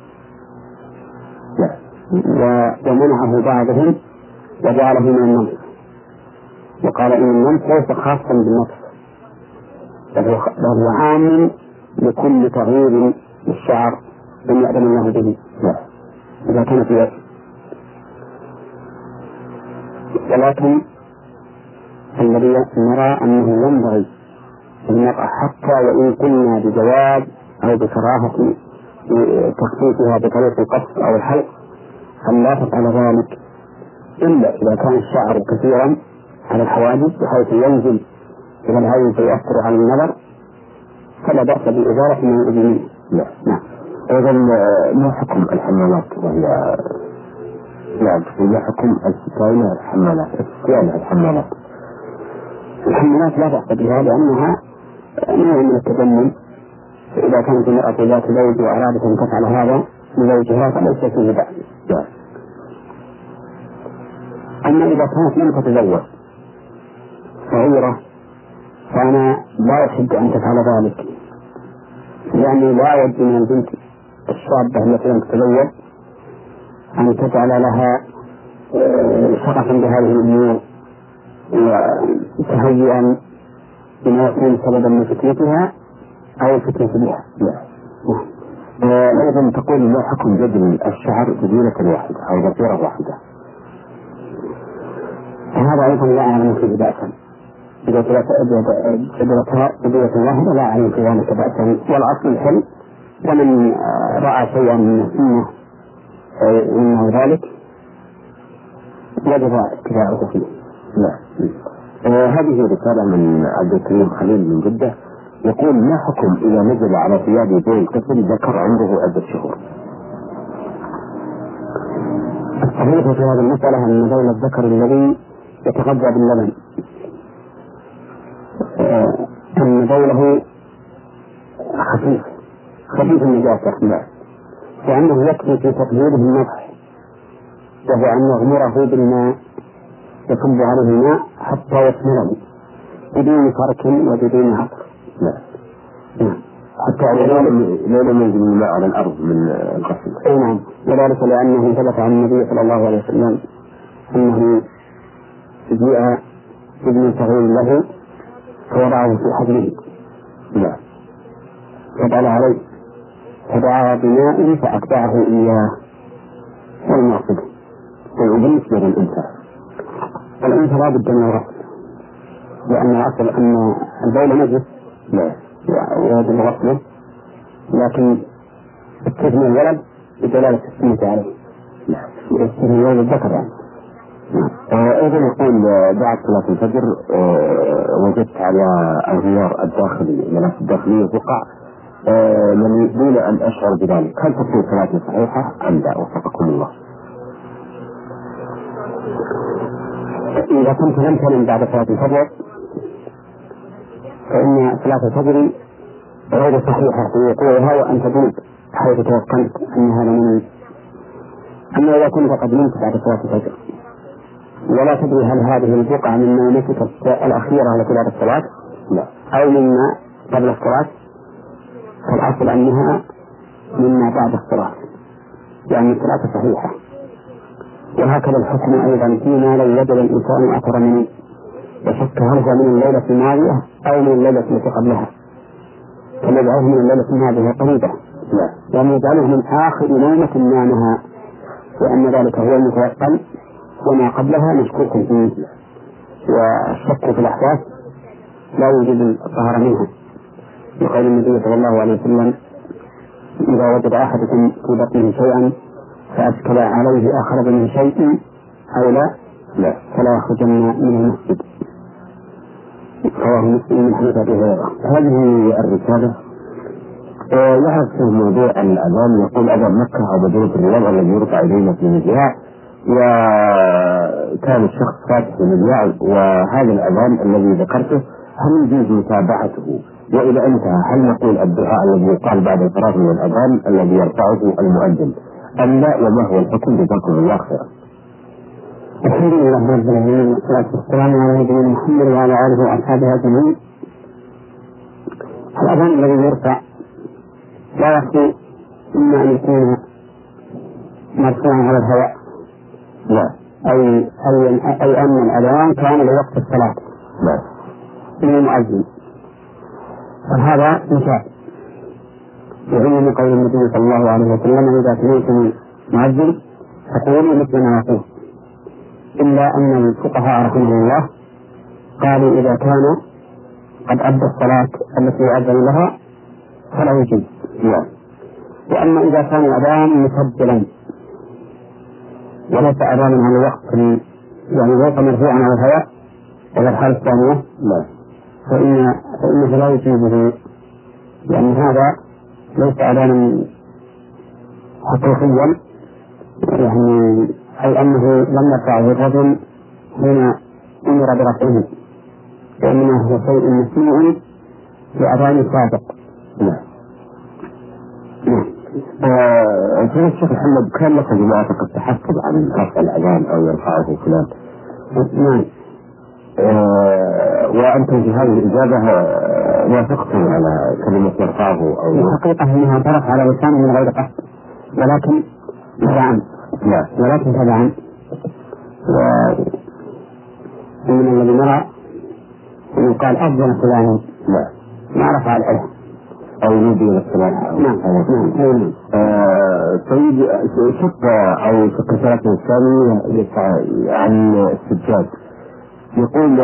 ومنعه بعضهم وجعله من النمس، وقال إن النمس ليس خاصا بالنفس بل هو عام لكل تغيير للشعر لم يأذن الله به إذا كان في وجه. ولكن الذي نرى أنه ينبغي المرأة حتى وإن كنا بجواز أو بكراهة تخفيفها بطريق القص أو الحلق أن لا تفعل ذلك إلا إذا كان الشعر كثيرا على الحواجب بحيث ينزل إلى العين فيؤثر على النظر فلا بأس بإزالة من الأذنين. نعم. أيضا ما حكم الحمالات وهي ما حكم الستاينة الحمالات الحمالات لا بأس بها لأنها نوع من التجمل، فإذا كانت المرأة ذات زوج وأرادت أن تفعل هذا لزوجها فليس فيه بأس. أما إذا كانت لم تتزوج صغيرة فأنا لا أحب أن تفعل ذلك، لأني لا أود من البنت الشابة التي لم تتزوج أن تجعل لها شغفا بهذه الأمور وتهيئا بما يكون سببا من فتنتها أو الفتنة بها. أيضا تقول ما حكم جدل الشعر بدينة واحدة أو بصيرة واحدة؟ هذا أيضا لا أعلم فيه بأسا، إذا جدلتها بدينة واحدة لا أعلم في ذلك بأسا، والأصل الحل، ومن رأى شيئا من السنة إنه ذلك يجب اتباعه فيه. هذه رسالة من عبد الكريم خليل من جدة، يقول: ما حكم إذا نزل على ثياب ذوي الطفل ذكر عمره 10 شهور؟ الصحيح في هذه المسألة أن بول الذكر الذي يتغذى باللبن أن بوله خفيف النجاسة، وأنه يكفي في تطهيره النفح، وهو أن يغمره بالماء يصب عليه الماء حتى يكمله بدون فرك وبدون عطر. حتى لا ينزل الماء على الأرض من الغسل. نعم، وذلك لأنه ثبت عن النبي صلى الله عليه وسلم أنه جاء ابن صغير له فوضعه في حجره فبال عليه فدعا بماء فأتبعه إياه. والمقصد وبالنسبة للأنثى لا بد من الغسل، لأن الأصل أن البول نجس ويجب غسله، لكن استثناء الولد بدلالة السنة عليه استثناء الولد الذكر يعني. أيضا يقول: بعد صلاة الفجر وجدت على الغيار الداخلي الملابس الداخلية وقع من دون أن أشعر بذلك، هل تكون صلاتي صحيحة أم لا؟ وفقكم الله. إذا كنت لم تنم بعد صلاة الفجر فإن صلاة الفجر غير صحيحة في وقوعها وأن تدوب حيث توقنت أن هذا من. أما إذا كنت قد نمت بعد صلاة الفجر ولا تدري هل هذه البقعة من نومتك الأخيرة التي بعد الصلاة أو مما قبل الصلاة، فالأصل أنها مما بعد الصلاة، يعني الصلاة صحيحة. وهكذا الحكم أيضا فيما لو وجد الإنسان أثر منه وشك هل هو من الليلة الماضية أو من الليلة التي قبلها، فنجعله من الليلة الماضية قريبة ونجعله من آخر نومة نامها، لأن ذلك هو المتوقن وما قبلها مشكوك فيه، والشك في الأحداث لا يوجد الطهارة منها، لقول النبي صلى الله عليه وسلم: إذا وجد أحدكم في بطنه شيئا فأشكل عليه أخرج من شيء أو لا فلا يخرجن من المسجد. رواه مسلم من حديث أبي هريرة. هذه الرسالة يعرف في موضوع الأذان، يقول: أذان مكة أو مدينة الرياض الذي يرفع إلينا في المذياع، وكان الشخص فاتح المذياع، وهذا الأذان الذي ذكرته هل يجوز متابعته؟ وإذا انتهى هل نقول الدعاء الذي يقال بعد الفراغ من الأذان الذي يرفعه المؤذن أم لا؟ وما هو الحكم؟ جزاكم الله خيرا. الحمد لله رب العالمين، والصلاة والسلام على نبينا محمد وعلى آله وأصحابه أجمعين. الأذان الذي يرفع لا يخفي إما أن يكون مرفوعا على الهواء أي أن الأذان كان لوقت الصلاة من المؤذن، فهذا مثال يعين قول النبي صلى الله عليه وسلم: إذا سمعتم مؤذن فقولوا مثل ما يقول. إلا أن الفقهاء رحمه الله قالوا إذا كان قد أدى الصلاة التي يؤذن لها فلا يجوز، وأما إذا كان الأذان مسجلا وليس أذانا على الوقت يعني ليس مرفوعا على الهواء ولا الحالة الثانية فإنه لا يجوزه، لأن هذا ليس أذانا حقيقيا، يعني أي أنه لم يرفعه الرجل حين أمر برفعه، وإنما هو شيء مسموع بأذان سابق. الشيخ محمد، كان لك جماعتك التحفظ عن رفع الأذان أو يرفعه فلان؟ نعم. وأنتم في هذه الإجابة وافقتم على كلمة يرفعه أو؟ الحقيقة أنها طرف على لسانه من غير قصد، ولكن تبعا ومن الذي نرى أنه قال أفضل فلان ما رفع العلم أو يودي إلى الصلاة. نعم. طيب، شق أو شق ثلاثة الثاني عن السجاد، يقول: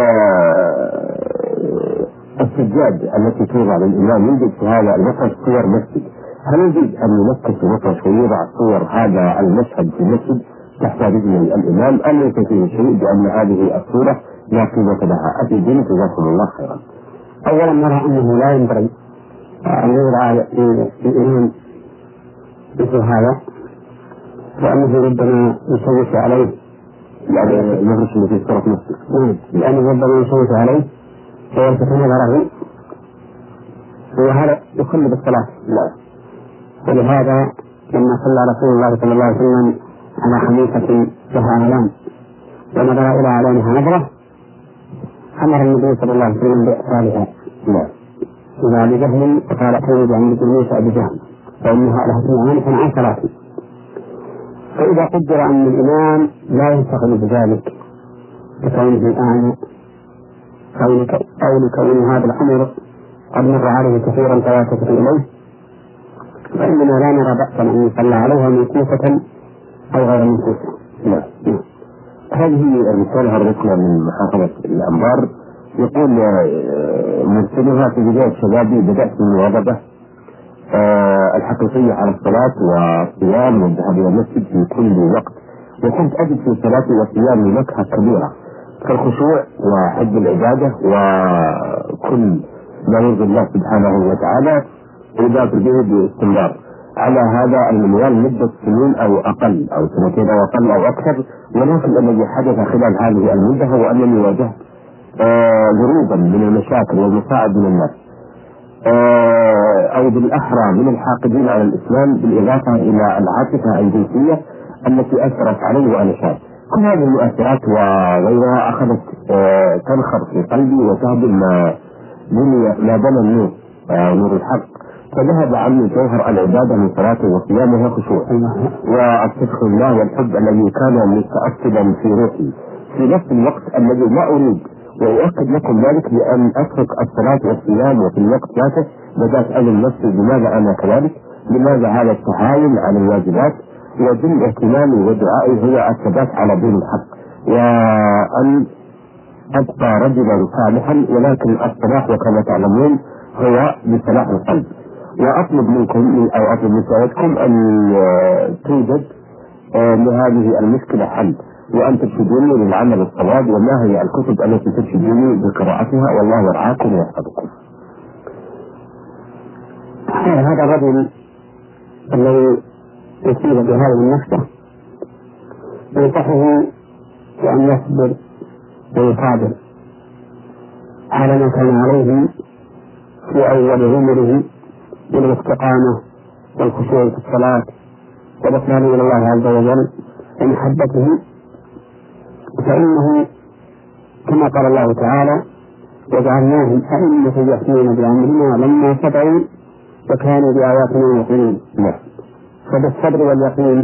السجاد التي توضع للإمام يوجد في هذا المشهد صور مسجد، هل يجب أن ينكس مفرش ويوضع صور هذا المشهد في المسجد تحت رجل الإمام، أم ليس فيه شيء بأن هذه الصورة لا قيمة لها. أفيدوني جزاكم الله خيرا. أولا نرى أنه لا ينبغي أن يوضع في الإمام مثل هذا، لأنه ربما يشوش عليه، يعني يغرس في صورة نفسه، لأنه ربما يشوش عليه ويلفت نظره، وهذا يخل بالصلاة. لا. ولهذا لما صلى رسول الله صلى الله عليه وسلم على خميسة لها أعلام ونظر إلى أعلامها نظرة، أمر النبي صلى الله عليه وسلم بإقرارها. لا. إذا بجهل فقال أتوني بعمد موسى بجهل فإنها ألهتني عنك عن صلاتي. فإذا قدر أن الإمام لا ينتقل بذلك لكونه أعمى أو لكون هذا الأمر قد مر عليه كثيرا فلا تفت إليه، فإننا لا نرى بأسا أن يصلى عليها منكوسة أو غير منكوسة. لا. هذه الرسالة الرسمة من محافظة الأنبار، يقول مرسلها في بداية شبابي بدأت بالمواظبة الحقيقية على الصلاة والصيام والذهاب إلى المسجد في كل وقت، وكنت أجد في صلاتي وصيامي نكهة كبيرة كالخشوع وحب العبادة وكل ما يرضي الله سبحانه وتعالى ويبادر به باستمرار على هذا المنوال مدة سنين أو أقل أو سنتين أو أقل أو أكثر. ولكن الذي حدث خلال هذه المدة هو أنني واجهت ضروبا من المشاكل والمصاعب من الناس، أو بالأحرى من الحاقدين على الإسلام، بالإضافة إلى العاطفة الجنسية التي أثرت علي وأنا شاب. كل هذه المؤثرات وغيرها أخذت تنخر في قلبي وتهدم ما بنى النور، نور الحق، فذهب عني جوهر العبادة من صلاته وصيامه وخشوعه والصدق الله والحب الذي كان متأكدا في روحي في نفس الوقت الذي لا أريد، وأؤكد لكم ذلك بأن أترك الصلاة والصيام وفي الوقت ذاته بدأت أذل نفسي لماذا أنا كذلك، لماذا هذا التهاون على الواجبات، وجل اهتمامي ودعائي هو الثبات على دين الحق وأن أبقى رجلا صالحا. ولكن الصلاح وكما تعلمون هو بصلاح القلب، وأطلب منكم أو أطلب من سيادتكم أن توجد لهذه المشكلة حل، وأن ترشدوني للعمل الصواب، وما هي الكتب التي ترشدوني بقراءتها، والله يرعاكم ويحفظكم. هذا الرجل الذي يصيب بهذه النفسة ينصحه بأن يصبر ويصابر على ما كان عليه في أول عمره من الاستقامة والخشوع في الصلاة والإقبال إلى الله عز وجل ومحبته، فإنه كما قال الله تعالى وجعلناهم أئمة يهدون بأمرنا لما صبروا وكانوا بآياتنا يوقنون. فبالصبر واليقين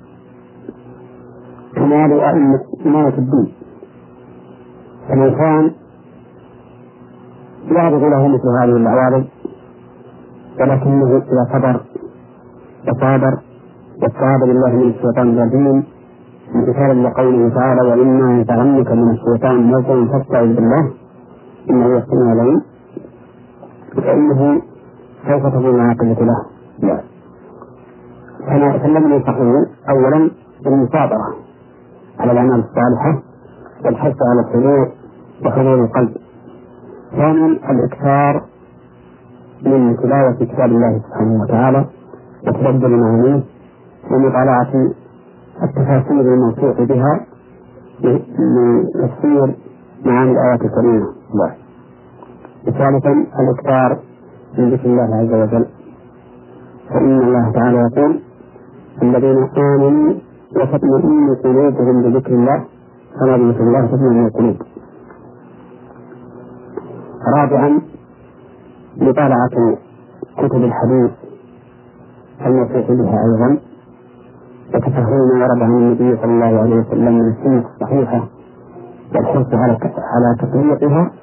كمال أئمة الدين، فالإنسان يعرض له مثل هذه العوارض، ولكنه إذا صبر وصابر واستعاذ بالله من الشيطان الرجيم امتثالا لقوله تعالى وإما ينزغنك من الشيطان نزغ فاستعذ بالله إنه يحسن عليه، فإنه سوف تكون العاقبة له. فالذي ينصحه أولا المثابرة على الأعمال الصالحة والحث على الخضوع وحضور القلب. ثانيا الإكثار من تلاوة كتاب الله سبحانه وتعالى وتدبر معانيه ومطالعة التفاسير الموثوق بها لتفسير معاني الآيات الكريمة. ثالثا الإكثار من ذكر الله عز وجل، فإن الله تعالى يقول الذين آمنوا وتطمئن قلوبهم بذكر الله فلا بذكر الله تطمئن القلوب. رابعا مطالعة كتب الحديث الموثوق بها أيضا وتفهم ما ورد عن النبي صلى الله عليه وسلم من السنة الصحيحة والحرص على تطبيقها.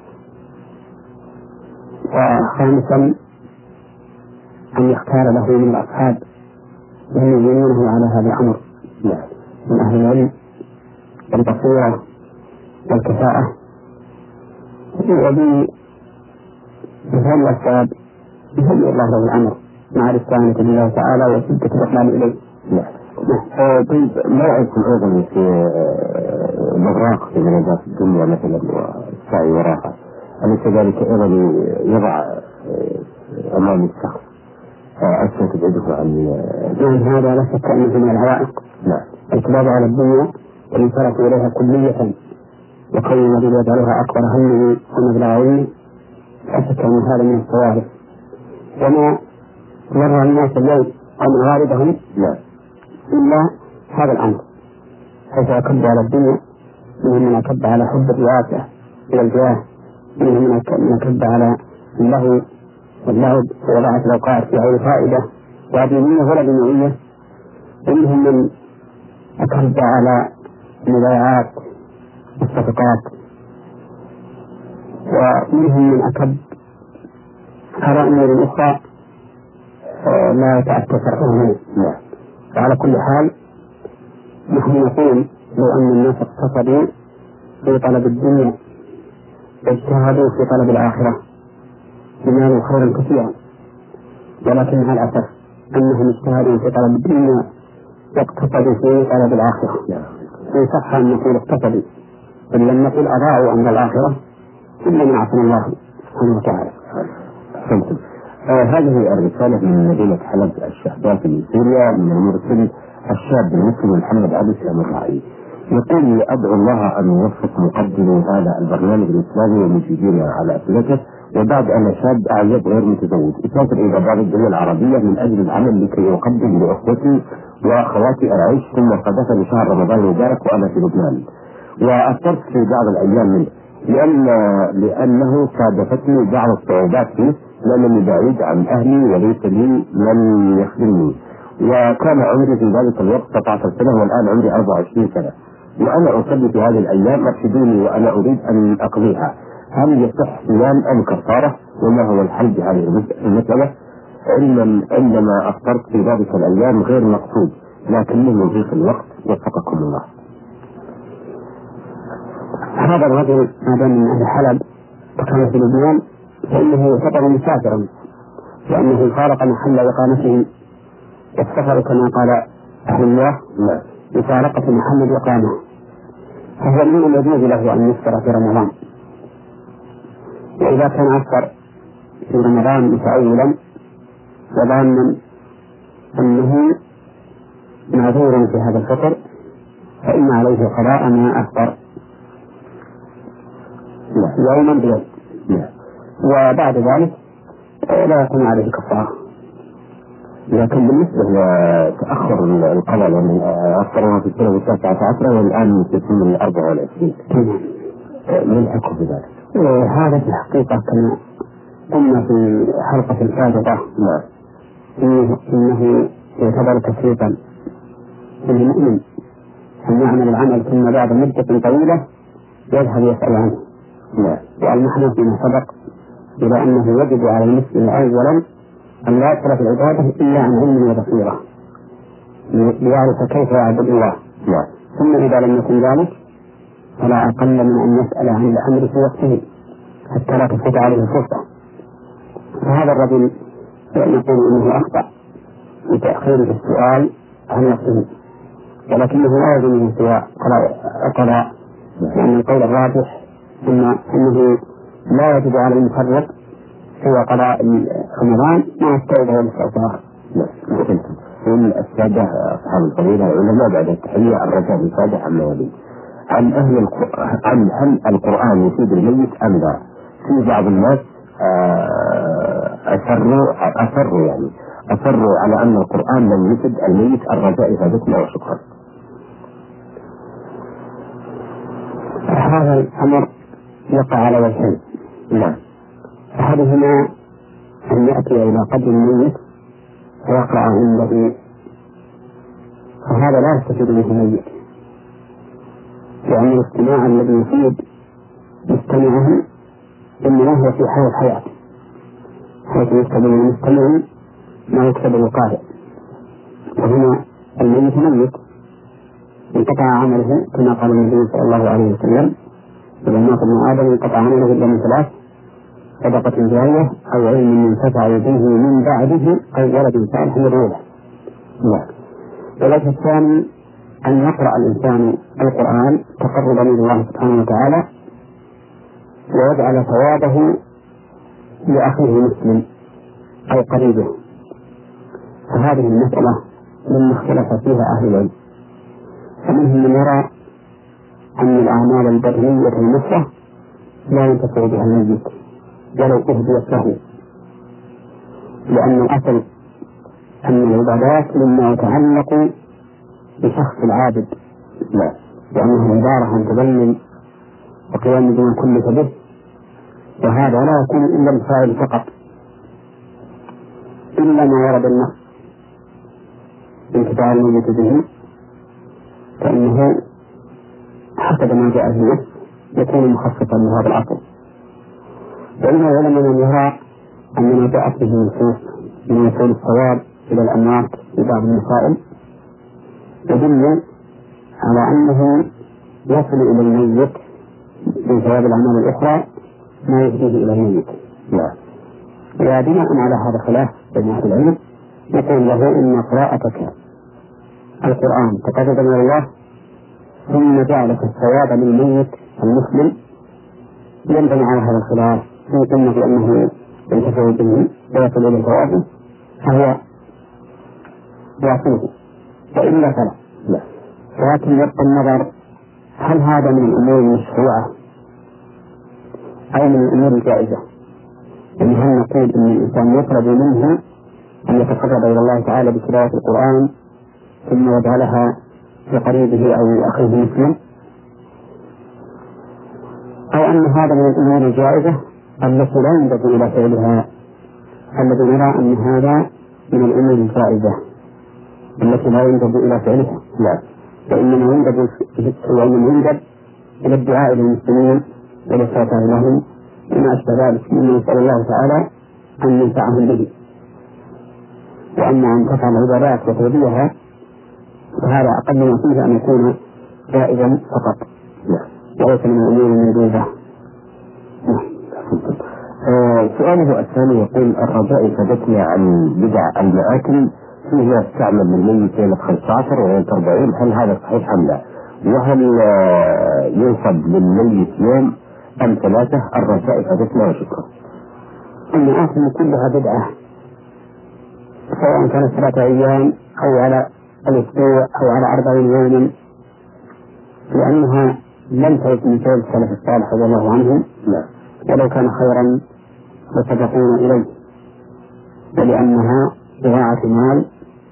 وخامسا أن يختار له من الأصحاب من يعينونه على هذا الأمر من أهل العلم والبصيرة والكفاءة، وبمثال الأسباب يهيئ الله له الأمر مع الاستعانة بالله تعالى وشدة الإقبال إليه. طيب ما رأيكم أيضا في الإغراق في ملذات الدنيا مثلا والسعي وراها، أليس ذلك أيضا يضع أمام الشخص أشياء تبعده عن هذا لا شك أنه من العوائق. نعم. الكلاب على الدنيا والانصراف إليها كلية وكون الذي يجعلها أكبر همه ومبلغ علمه، لا شك أن هذا من الصوارف. وما يرى الناس اليوم أو من غالبهم إلا هذا الأمر، حيث أكب على الدنيا، منهم من أكب على حب الرئاسة إلى الجاه، منهم من أكب على اللهو واللعب ووضعت الأوقات في غير فائدة ودينية ولا دنيوية، ومنهم من أكب على المبايعات والصفقات، ومنهم من أكب على أمور أخرى لا يتأتى شرعه. فعلى كل حال نحن نقول لو أن الناس اقتصدوا في طلب الدنيا واجتهدوا في طلب الآخرة لنالوا خيرا كثيرا، ولكن مع الأسف أنهم اجتهدوا في طلب الدنيا واقتصدوا في طلب الآخرة. إن صح أن نقول اقتصدوا، إن لم نقل أضاعوا أمر الآخرة إلا من عصم الله سبحانه وتعالى. هذه الرسالة من مدينة حلب الشهداء في سوريا من المرسل الشاب المسلم محمد علي السامرائي، يقول: أدعو الله أن يوفق مقدمي هذا البرنامج الإسلامي ومجيبين على أسئلته، وبعد أنا شاب أعزب غير متزوج أسافر إلى بعض الدول العربية من أجل العمل لكي أقدم لأخوتي وأخواتي العيش، ثم صادفني شهر رمضان المبارك وأنا في لبنان، وأثرت في بعض الأيام منه لأنه صادفتني بعض الصعوبات فيه، لأنني بعيد عن أهلي وليس لي من يخدمني، وكان عمري في ذلك الوقت 17 سنة والآن عمري 24 سنة، وأنا أصلي في هذه الأيام، أرشدوني وأنا أريد أن أقضيها، هل يصح صيام أم كفارة؟ وما هو الحل بهذه المسألة؟ عندما أفطرت في ذلك الأيام غير مقصود لكنه يضيق الوقت، وفقكم الله. هذا الرجل هذا من أهل حلب وكان في لبنان، فإنه يعتبر مسافرا، لأنه فارق محل إقامته، والسفر كما قال أهل الله مفارقة محل الإقامة، فهو ممن يجوز له أن يفطر في رمضان. وإذا كان أفطر في رمضان متأولا وظانا أنه معذور في هذا الفطر، فإن عليه قضاء ما أفطر يوما بيوم، وبعد ذلك لا يكون عليه كفارة. لكن بالنسبة لتأخر القضاء، لأن أفطرنا في السنة 19 والآن في السنة 24، ما الحكم في ذلك؟ هذا في الحقيقة كما قلنا في حلقة السابقة إنه يعتبر تفريطا للمؤمن أن يعمل العمل ثم بعد مدة طويلة يذهب يسأل عنه. والمحنة فيما سبق إلى أنه يجب على المسلم أولا أن لا يصرف العبادة إلا عن علم وبصيرة ليعرف كيف يعبد الله، ثم إذا لم يكن ذلك فلا أقل من أن يسأل عن الأمر في وقته حتى لا تفوت عليه الفرصة. فهذا الرجل نقول إنه أخطأ بتأخير السؤال عن وقته، ولكنه لا يجب سوى قضاء، لأن القول الراجح أنه لا يجب على المفرط سوى قضاء رمضان مع التوبة والاستغفار. هم السادة أصحاب الفضيلة العلماء بعد التحية الرجاء بالسادة عما يلي عن هل القرآن يفيد الميت أم لا؟ في بعض الناس أصروا على أن القرآن لم يفيد الميت، الرجاء إفادتنا وشكرا. هذا الأمر يقع على وجهين. أحدهما أن يأتي إلى قبر الميت ويقرأ عنده، فهذا لا يستفيد منه الميت، لأن الاستماع الذي يفيد مستمعه إنما هو في حال الحياة، حيث يكتب للمستمع ما يكتب للقارئ، وهنا الميت ميت انقطع عمله كما قال النبي صلى الله عليه وسلم: إذا مات ابن آدم انقطع عمله إلا من ثلاث: صدقة جارية أو علم ينتفع به من بعده أو ولد صالح يدعو له. والوجه الثاني أن يقرأ الإنسان القرآن تقربا إلى الله سبحانه وتعالى ويجعل ثوابه لأخيه المسلم أو قريبه. فهذه المسألة مما اختلف فيها أهل العلم، فمنهم من يرى أن الأعمال البدنية المفرة لا ينتفع بها الميت ولو أهديت له، لأن الأصل أن العبادات مما يتعلق بشخص العابد، لأنه عبارة عن تذلل وقيام بما كلف به، وهذا لا يكون إلا الفاعل فقط، إلا ما ورد النص انتفاع الميت به، فإنه حسب ما جاء به يكون مخصصا لهذا الأصل. وإن العلماء من يرى أن ما جاءت به النصوص من وصول الثواب إلى الأموات في بعض المسائل يدل على أنه يصل إلى الميت من ثواب الأعمال الأخرى ما يهديه إلى الميت. وبناء على هذا الخلاف بين أهل العلم يقول له إن قراءتك القرآن تقربا إلى الله ثم جعلت الثواب للميت المسلم ينبني على هذا الخلاف إن قلنا بأنه ينتفع به ويصل إلى ثوابه فهو يعطيه، وإلا فلا. لكن يبقى النظر هل هذا من الأمور المشروعة أو من الأمور الجائزة؟ يعني هل نقول أن الإنسان يطلب منه أن يتقرب إلى الله تعالى بتلاوة القرآن ثم يجعلها لقريبه أو أخيه المسلم، أو أن هذا من الأمور الجائزة التي لا ينبغي إلى فعلها، الذي نرى أن هذا من الأمور الجائزة التي لا ينبغي إلى فعلها، وإنما ينبغي إلى الدعاء للمسلمين والإستغفار لهم وما أشبه ذلك مما يسأل الله تعالى أن ينفعهم به. وأما أن تفعل العبادات وتوبيها فهذا أقل ما فيه أن يكون جائزا فقط وليس من الأمور المندوبة. سؤاله الثاني يقول: الرجاء فدتنا عن بدع المآكل فيها استعمل للميت بين 15 و 40، هل هذا صحيح أم لا؟ وهل ينصب للميت يوم أم 3؟ الرجاء فدتنا وشكرا. المآكل كلها بدعة، سواء كانت 3 أيام أو على الأسبوع أو على 40 يوما، لأنها لم ترد من فعل السلف الصالح رضي الله عنهم، ولو كان خيرا لسبقونا إليه، ولأنها إضاعة مال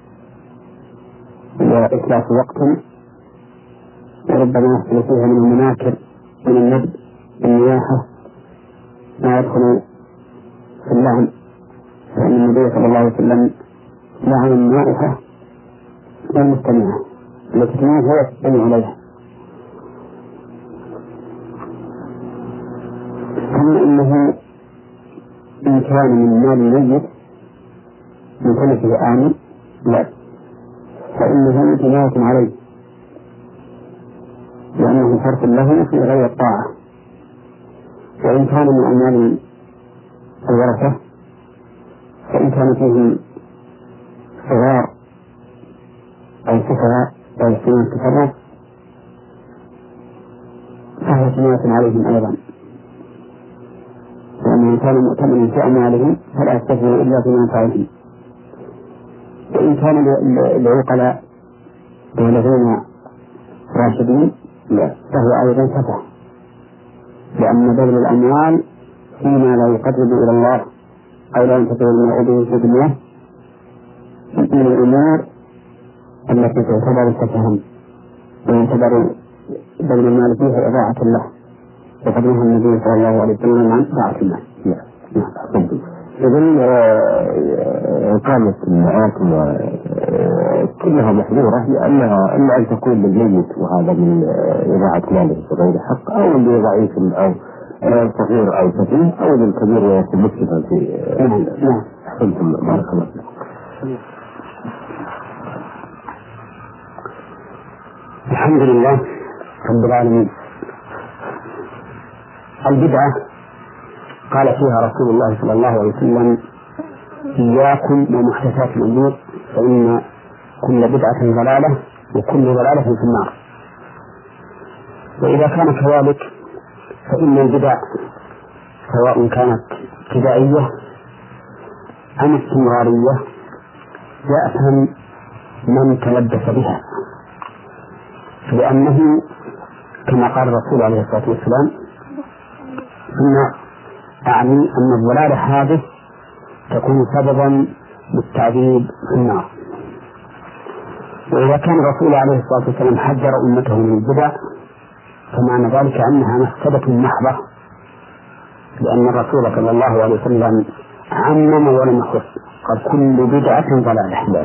وإتلاف وقت، وربما يحصل فيها من المناكر من النبذ والنياحة ما يدخل في اللعن، فإن النبي صلى الله عليه وسلم لعن النائحة والمستمعة التي تموت هو يستمع عليها. ثم إنه إن كان من مال الميت من تلفه آمن فإنه جناية عليه، لأنه صرف له في غير الطاعة. وإن كان من أموال الورثة فإن كان فيه صغار أو سفهاء أو سنين التصرف فهي جناية عليهم أيضا، وأن كان مؤتمنا في أموالهم فلا يستثمر إلا بما ينفعهم. وإن كان العقلاء والذين راشدين فهو أيضا سفه، لأن بذل الأموال فيما لا يقرب إلى الله أو لا ينتفع المرء به في الدنيا من الأمور التي تعتبر سفها ويعتبر بذل المال فيها إضاعة له، وقد نهى النبي صلى الله عليه وسلم عن إضاعة المال. إذن إقامة المآكل كلها محظورة، لأنها إما أن تكون للميت وهذا من إضاعة ماله بغير حق، أو لضعيف أو صغير أو سفيه، أو للكبير ويكون مسلما في أحسنتم بارك الله فيكم. الحمد لله رب العالمين. البدعة قال فيها رسول الله صلى الله عليه وسلم: إياكم ومحدثات الأمور فإن كل بدعة ضلالة وكل ضلالة في النار. وإذا كان كذلك فإن البدع سواء كانت ابتدائية أم استمرارية يأثم من تلبس بها، لأنه كما قال الرسول عليه الصلاة والسلام إن أعني أن الضلالة هذه تكون سببا للتعذيب في النار. وإذا كان الرسول عليه الصلاة والسلام حذر أمته من البدع فمعنى ذلك أنها مفسدة محضة، لأن الرسول صلى الله عليه وسلم عمم ولم يخص، قال كل بدعة ضلالة.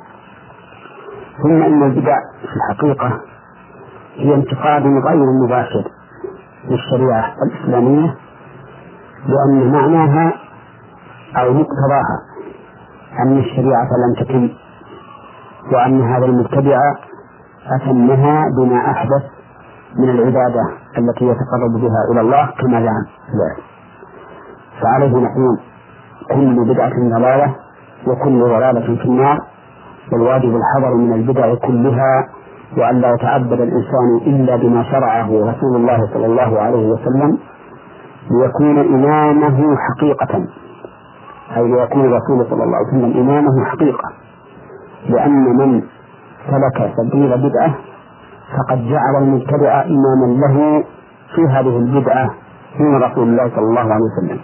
ثم إن البدع في الحقيقة هي انتقاد غير مباشر للشريعة الإسلامية، لأن معناها أو مقتضاها أن الشريعة لم تتم، وأن هذا المبتدع أتمها بما أحدث من العبادة التي يتقرب بها إلى الله كما زعم. فعليه نقول كل بدعة ضلالة وكل ضلالة في النار، والواجب الحذر من البدع كلها، وأن لا يتعبد الإنسان إلا بما شرعه رسول الله صلى الله عليه وسلم ليكون إمامه حقيقة، أي ليكون الرسول صلى الله عليه وسلم إمامه حقيقة، لأن من سلك سبيل بدعة فقد جعل المبتدع إماما له في هذه البدعة من رسول الله صلى الله عليه وسلم.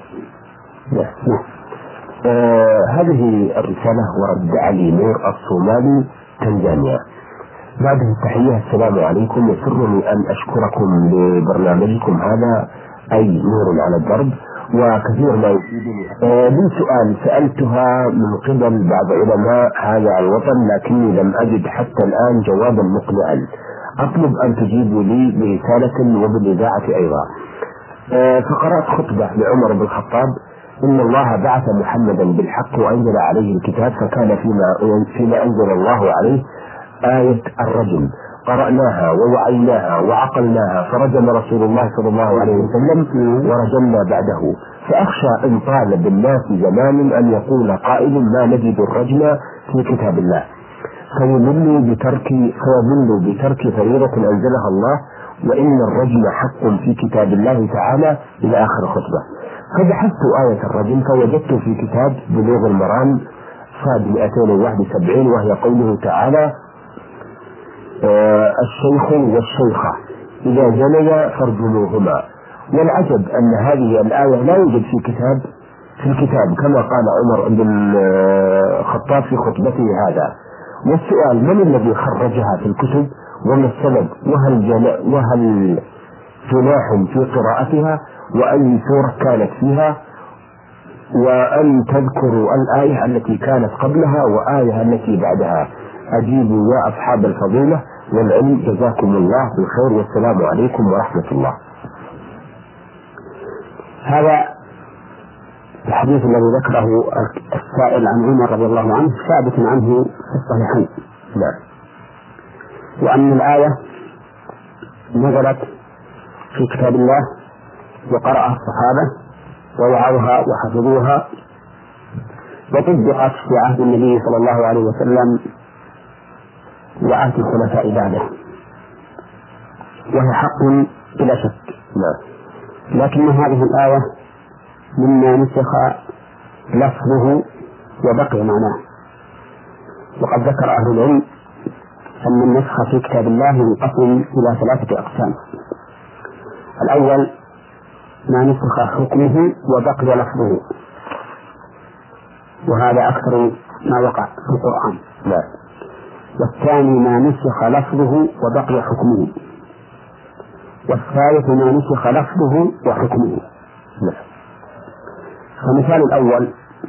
هذه الرسالة ورد علي نور الصومالي تنزانيا. بعد التحية السلام عليكم، يسرني أن أشكركم لبرنامجكم هذا أي نور على الدرب، وكثير ما يفيدني. لي سؤال سألتها من قبل بعض علماء هذا الوطن لكني لم أجد حتى الآن جوابا مقنعا، أطلب أن تجيبوا لي برسالة وبالإذاعة أيضا. فقرأت خطبة لعمر بن الخطاب إن الله بعث محمدا بالحق وأنزل عليه الكتاب، فكان فيما أنزل الله عليه آية الرجم، قرأناها ووعيناها وعقلناها، فرجم رسول الله صلى الله عليه وسلم ورجمنا بعده. فأخشى إن طال بالناس زمان أن يقول قائل ما نجد الرجم في كتاب الله، فيضل بترك فريضة أنزلها الله، وإن الرجم حق في كتاب الله تعالى إلى آخر خطبة. فبحثت آية الرجم فوجدت في كتاب بلوغ المرام صاد 271، وهي قوله تعالى الشيخ والشيخة إذا زنيا فارجموهما. والعجب أن هذه الآية لا يوجد في الكتاب كما قال عمر بن الخطاب في خطبته هذا. والسؤال من الذي خرجها في الكتب وما السبب، وهل جناح في قراءتها، وأي سورة كانت فيها، وأن تذكروا الآية التي كانت قبلها وآية التي بعدها. أجيبوا يا أصحاب الفضيلة والعلم، جزاكم الله بالخير، والسلام عليكم ورحمة الله. هذا الحديث الذي ذكره السائل عن عمر رضي الله عنه ثابت عنه في الصحيحين. نعم. وأن الآية نزلت في كتاب الله وقرأها الصحابة ووعوها وحفظوها، وطبقت في عهد النبي صلى الله عليه وسلم وعهد الخلفاء بعده، وهي حق بلا شك. لكن هذه الآية مما نسخ لفظه وبقي معناه. وقد ذكر أهل العلم أن النسخ في كتاب الله ينقسم إلى 3 أقسام. الأول ما نسخ حكمه وبقي لفظه، وهذا أكثر ما وقع في القرآن. والثاني ما نسخ لفظه وبقي حكمه، والثالث ما نسخ لفظه وحكمه. فمثال الأول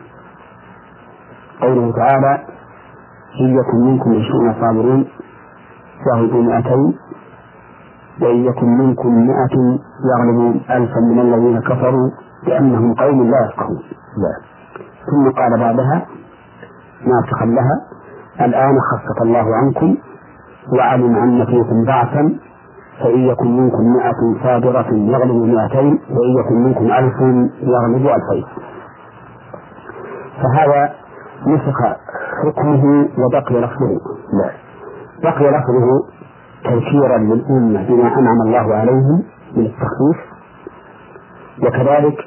قوله تعالى إن يكن منكم 20 صابرون شاهدوا 200 وإن يكن منكم 100 يغلبوا 1000 من الذين كفروا لأنهم قوم لا يفقهون. ثم قال بعدها ناسخا لها الآن خفف الله عنكم وعلم أن فيكم ضعفا فإن يكن منكم 100 صابرة يغلبوا 200 وإن يكن منكم 1000 يغلبوا 2000. فهذا نسخ حكمه وبقي لفظه. بقي لفظه تذكيرا للأمة بما أنعم الله عليهم من التخفيف، وكذلك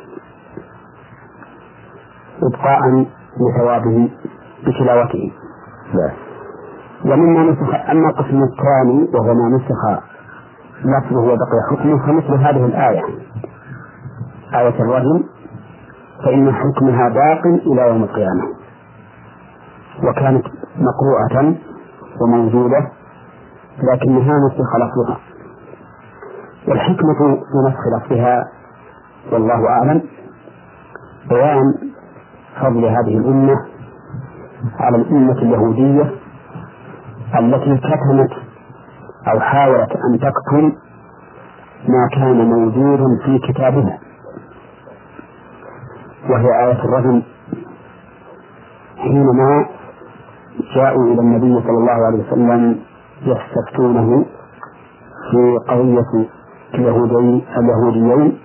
إبقاء لثوابه بتلاوته. ومما نسخ أما القسم الثاني وهو ما نسخ لفظه وبقي حكمه، فمثل هذه الآية آية الرجم فإن حكمها باق إلى يوم القيامة، وكانت مقروءة وموجودة لكنها نسخ لفظها. والحكمة في نسخ لفظها والله أعلم بيان فضل هذه الأمة على الأمة اليهودية التي كتمت أو حاولت أن تكتم ما كان موجودا في كتابها، وهي آية الرجم. حينما جاءوا إلى النبي صلى الله عليه وسلم يستفتونه في قضية اليهوديين،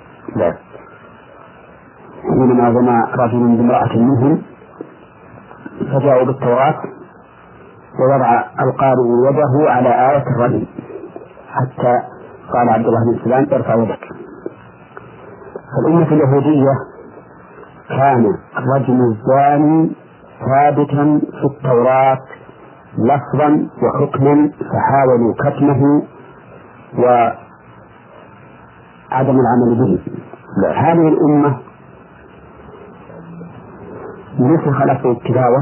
حينما زنى رجل بامرأة منهم فجاءوا بالتوراة ووضع القارئ يده على آية الرجم حتى قال عبد الله بن سلام ارفع يدك. فالأمة اليهودية كان رجم الزاني ثابتا في التوراة لفظا وحكما، فحاولوا كتمه وعدم العمل به. هذه الأمة نسخ لفظ التلاوة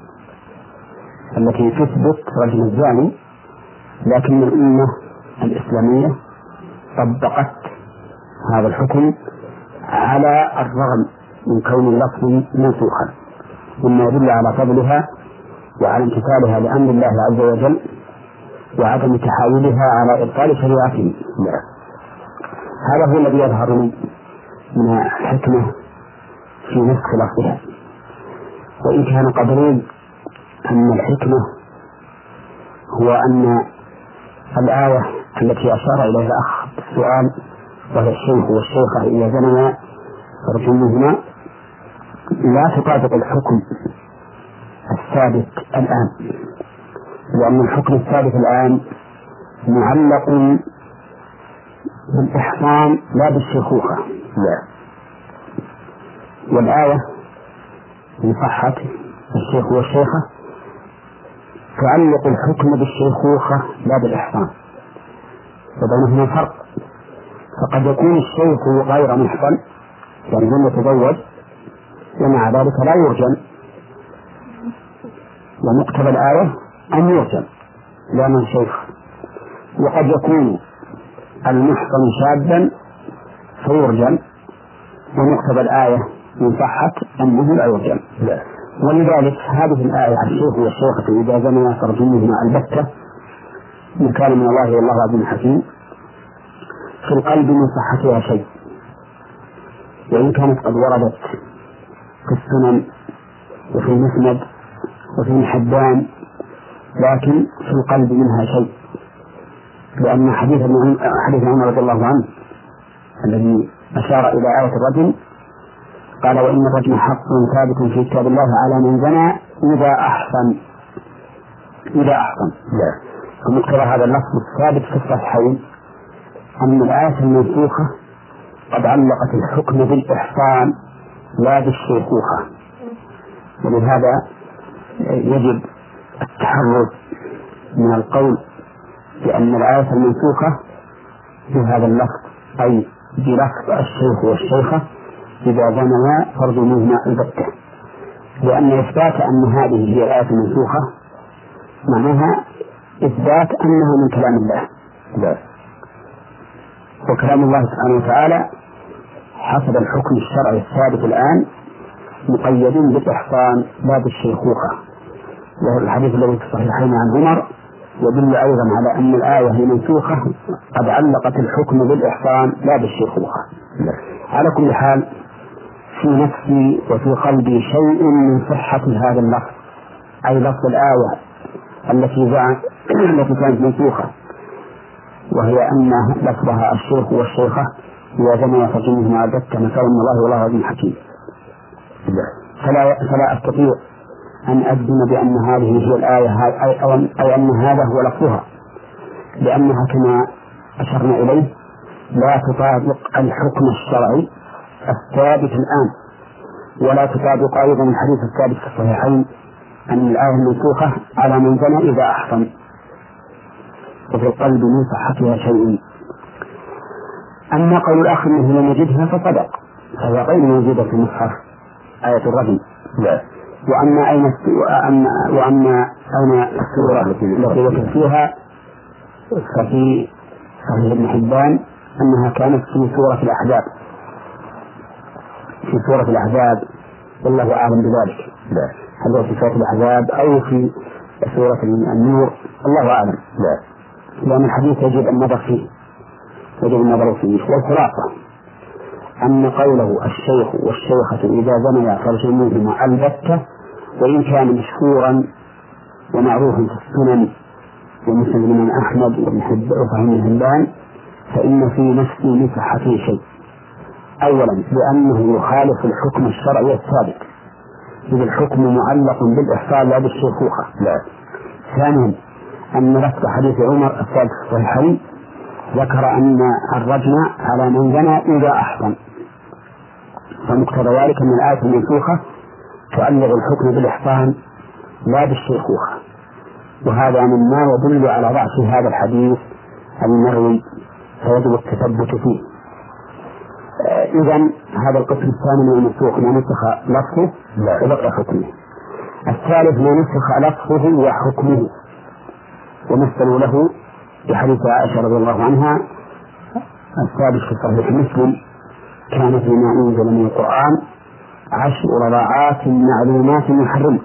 التي تثبت رجم الزاني، لكن الأمة الإسلامية طبقت هذا الحكم على الرغم من كون اللفظ منسوخا، مما يدل على فضلها وعلى امتثالها لأمر الله عز وجل وعدم تحايلها على إبطال شريعته. هذا هو الذي يظهر لي من الحكمة في نسخ لفظها. وإن كان قدرين أن الحكمة هو أن الآية التي أشار إليها الأخ بالسؤال وهي الشيخ والشيخة إذا زنيا فرجموهما لا تطابق الحكم الثابت الآن، لأن الحكم الثابت الآن معلق بالإحصان لا بالشيخوخة. والآية إن صحت الشيخ والشيخة تعلق الحكم بالشيخوخة لا بالإحصان، وبينهما فرق. فقد يكون الشيخ غير محصن يعني لم يتزوج ومع ذلك لا يرجم، ومقتضى الآية أن يرجم لأنه شيخ. وقد يكون المحصن شابا فيرجم، ومقتضى الآية إن صحت أنه لا يرجم. ولذلك هذه الآية الشيخ والشيخة إذا زنيا فرجموهما البتة إن كان من الله والله عزيز حكيم، في القلب من صحتها شيء، وإن كانت قد وردت في السنن وفي المسند وفي الحدان، لكن في القلب منها شيء، لأن حديث عمر رضي الله عنه الذي أشار إلى آية الرجم قال وإن الرجم حق ثابت في كتاب الله على من زنى إذا أحسن. فمقتضى هذا اللفظ الثابت في الصحيحين أن الآية المنسوخة قد علقت الحكم بالإحصان لا بالشيخوخة، ولهذا يجب التحرز من القول بأن الآية المنسوخة بهذا اللفظ أي بلفظ الشيخ والشيخة إذا زنيا فرجموهما البتة، لأن إثبات أن هذه هي الآية المنسوخة معناها إثبات أنها من كلام الله. وكلام الله سبحانه وتعالى حسب الحكم الشرعي الثابت الآن مقيد بالإحصان لا بالشيخوخة، وهو الحديث الذي في الصحيحين عن عمر يدل أيضا على أن الآية هي منسوخة قد علقت الحكم بالإحصان لا بالشيخوخة. على كل حال في نفسي وفي قلبي شيء من صحة هذا اللفظ، أي لفظ الآية التي كانت منسوخة، وهي أن لفظها الشيخ والشيخة إذا زنيا فرجموهما البتة نسأل الله والله عزيز حكيم. فلا أستطيع أن أجزم بأن هذه هي الآية أو أن هذا هو لفظها، لأنها كما أشرنا إليه لا تطابق الحكم الشرعي الثابت الآن، ولا تطابق أيضا الحديث الثابت في الصحيحين أن الآية المنسوخة على من زنى إذا أحصن وفي القلب من صحتها شيء. أما قول الآخر أنه لم يجدها فصدق، فهي غير موجودة في المصحف آية الرجم. وأما أين السورة التي ذكر فيها ففي صحيح ابن حبان أنها كانت في سورة الأحزاب، في سورة الأحزاب، والله أعلم بذلك. هل هو في سورة الأحزاب أو في سورة النور، الله أعلم. لأن الحديث يجب النظر فيه، والخلاصة أن قوله الشيخ والشيخة إذا زنيا فرجموهما البتة، وإن كان مشهورا ومعروفا في السنن ومسند من أحمد وابن حبان، فإن في نفسي من صحته شيء. أولا لأنه يخالف الحكم الشرعي الثابت، إذ الحكم معلق بالإحصان لا بالشيخوخة. ثانيا أن لفظ حديث عمر الثالث الصحيحين ذكر أن الرجم على من زنى إذا أحصن، فمقتضى ذلك أن الآية المنسوخة تعلق الحكم بالإحصان لا بالشيخوخة، وهذا مما يدل على ضعف هذا الحديث المروي، فيجب التثبت فيه. إذن هذا القسم الثاني من المنسوخ ما نسخ لفظه وبقي حكمه. الثالث ما نسخ لفظه وحكمه، ومثلوا له بحديث عائشة رضي الله عنها الثابت في صحيح مسلم: كان فيما أنزل من القرآن 10 رضاعات معلومات محرمة،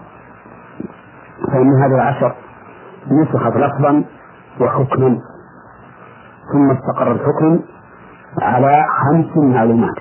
فإن هذه 10 نسخت لفظا وحكما، ثم استقر الحكم على 5 معلومات.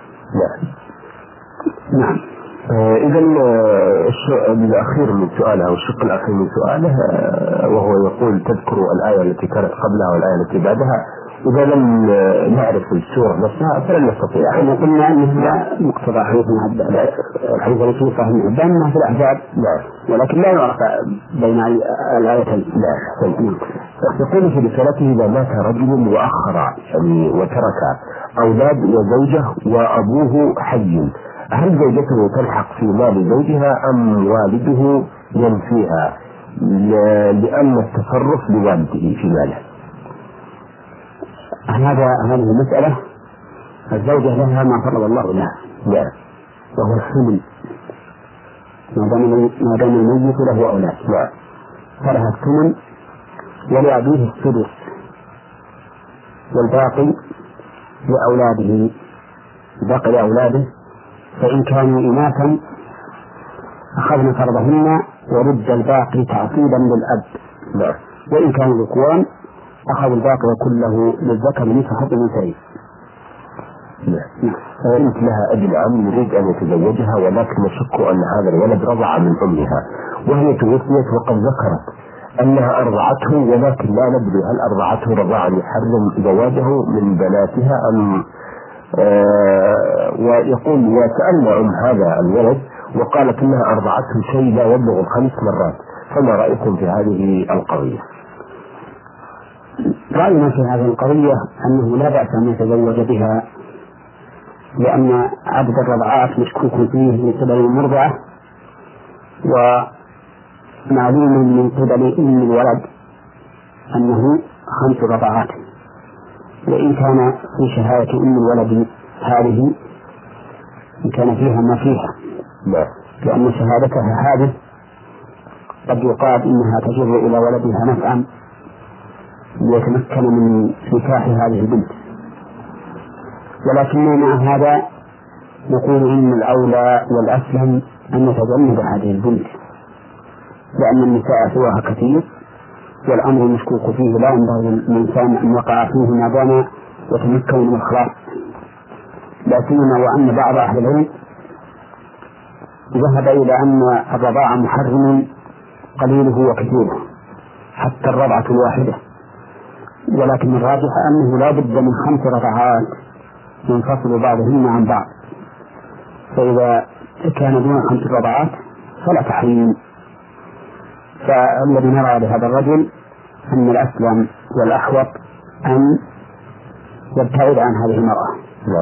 نعم. إذا الأخير من سؤاله أو الشق الأخير من سؤاله وهو يقول تذكر الآية التي كانت قبلها والآية التي بعدها، إذا لم نعرف السورة نفسها فلن نستطيع. احنا قلنا أنه لا مقتضى حديث الحديث الذي فيه صحيح ابن حبان في الأحزاب، ولكن لا يعرف بين الآيتين. يقول في رسالته: إذا مات رجل وأخر يعني وترك أولاد وزوجة وأبوه حي، هل زوجته تلحق في مال زوجها أم والده ينفيها لأن التصرف لوالده في ماله؟ هذه المسألة الزوجة لها ما فرض الله لها، وهو الثمن ما دام الميت له أولاد، فلها الثمن، ولأبيه السدس، والباقي لأولاده، باقي لأولاده، فإن كانوا إناثا أخذنا فرضهن ورد الباقي تعصيبا للأب، وإن كانوا ذكورا أخذ الباقي كله للذكر مثل حظ الأنثيين. فإنت لها ابن عم يريد أن يتزوجها، ولكن يشك أن هذا الولد رضع من أمها، وهي توفيت وقد ذكرت أنها أرضعته، ولكن لا ندري هل أرضعته رضاعا يحرم زواجه من بناتها أم ويقول: وسألنا هذا الولد وقالت إنها أرضعته شيء لا يبلغ 5 مرات، فما رأيكم في هذه القضية؟ رأينا في هذه القضية أنه لا بأس أن يتزوج بها، لأن عدد الرضعات مشكوك فيه من قبل المرضعة، ومعلوم من قبل أم الولد أنه 5 رضعات، وإن كان في شهادة أم الولد هذه إن كان فيها ما فيها، لأن شهادتها هذه قد يقال إنها تجر إلى ولدها نفعا ليتمكن من نكاح هذه البنت، ولكن مع هذا نقول إن الأولى والأسلم أن نتجنب هذه البنت، لأن النساء سواها كثير، والأمر المشكوك فيه لا ينبغي الإنسان أن يقع فيه ما دام يتمكن من الخلاص، لا سيما وأن بعض أهل العلم ذهب إلى أن الرضاعة محرم قليله وكثيره حتى الرضعة الواحدة، ولكن الراجح أنه لا بد من 5 رضعات ينفصل بعضهن عن بعض، فإذا كان دون 5 رضعات فلا تحريم. فالذي نرى لهذا الرجل أن الأسلم والأحوط أن يبتعد عن هذه المرأة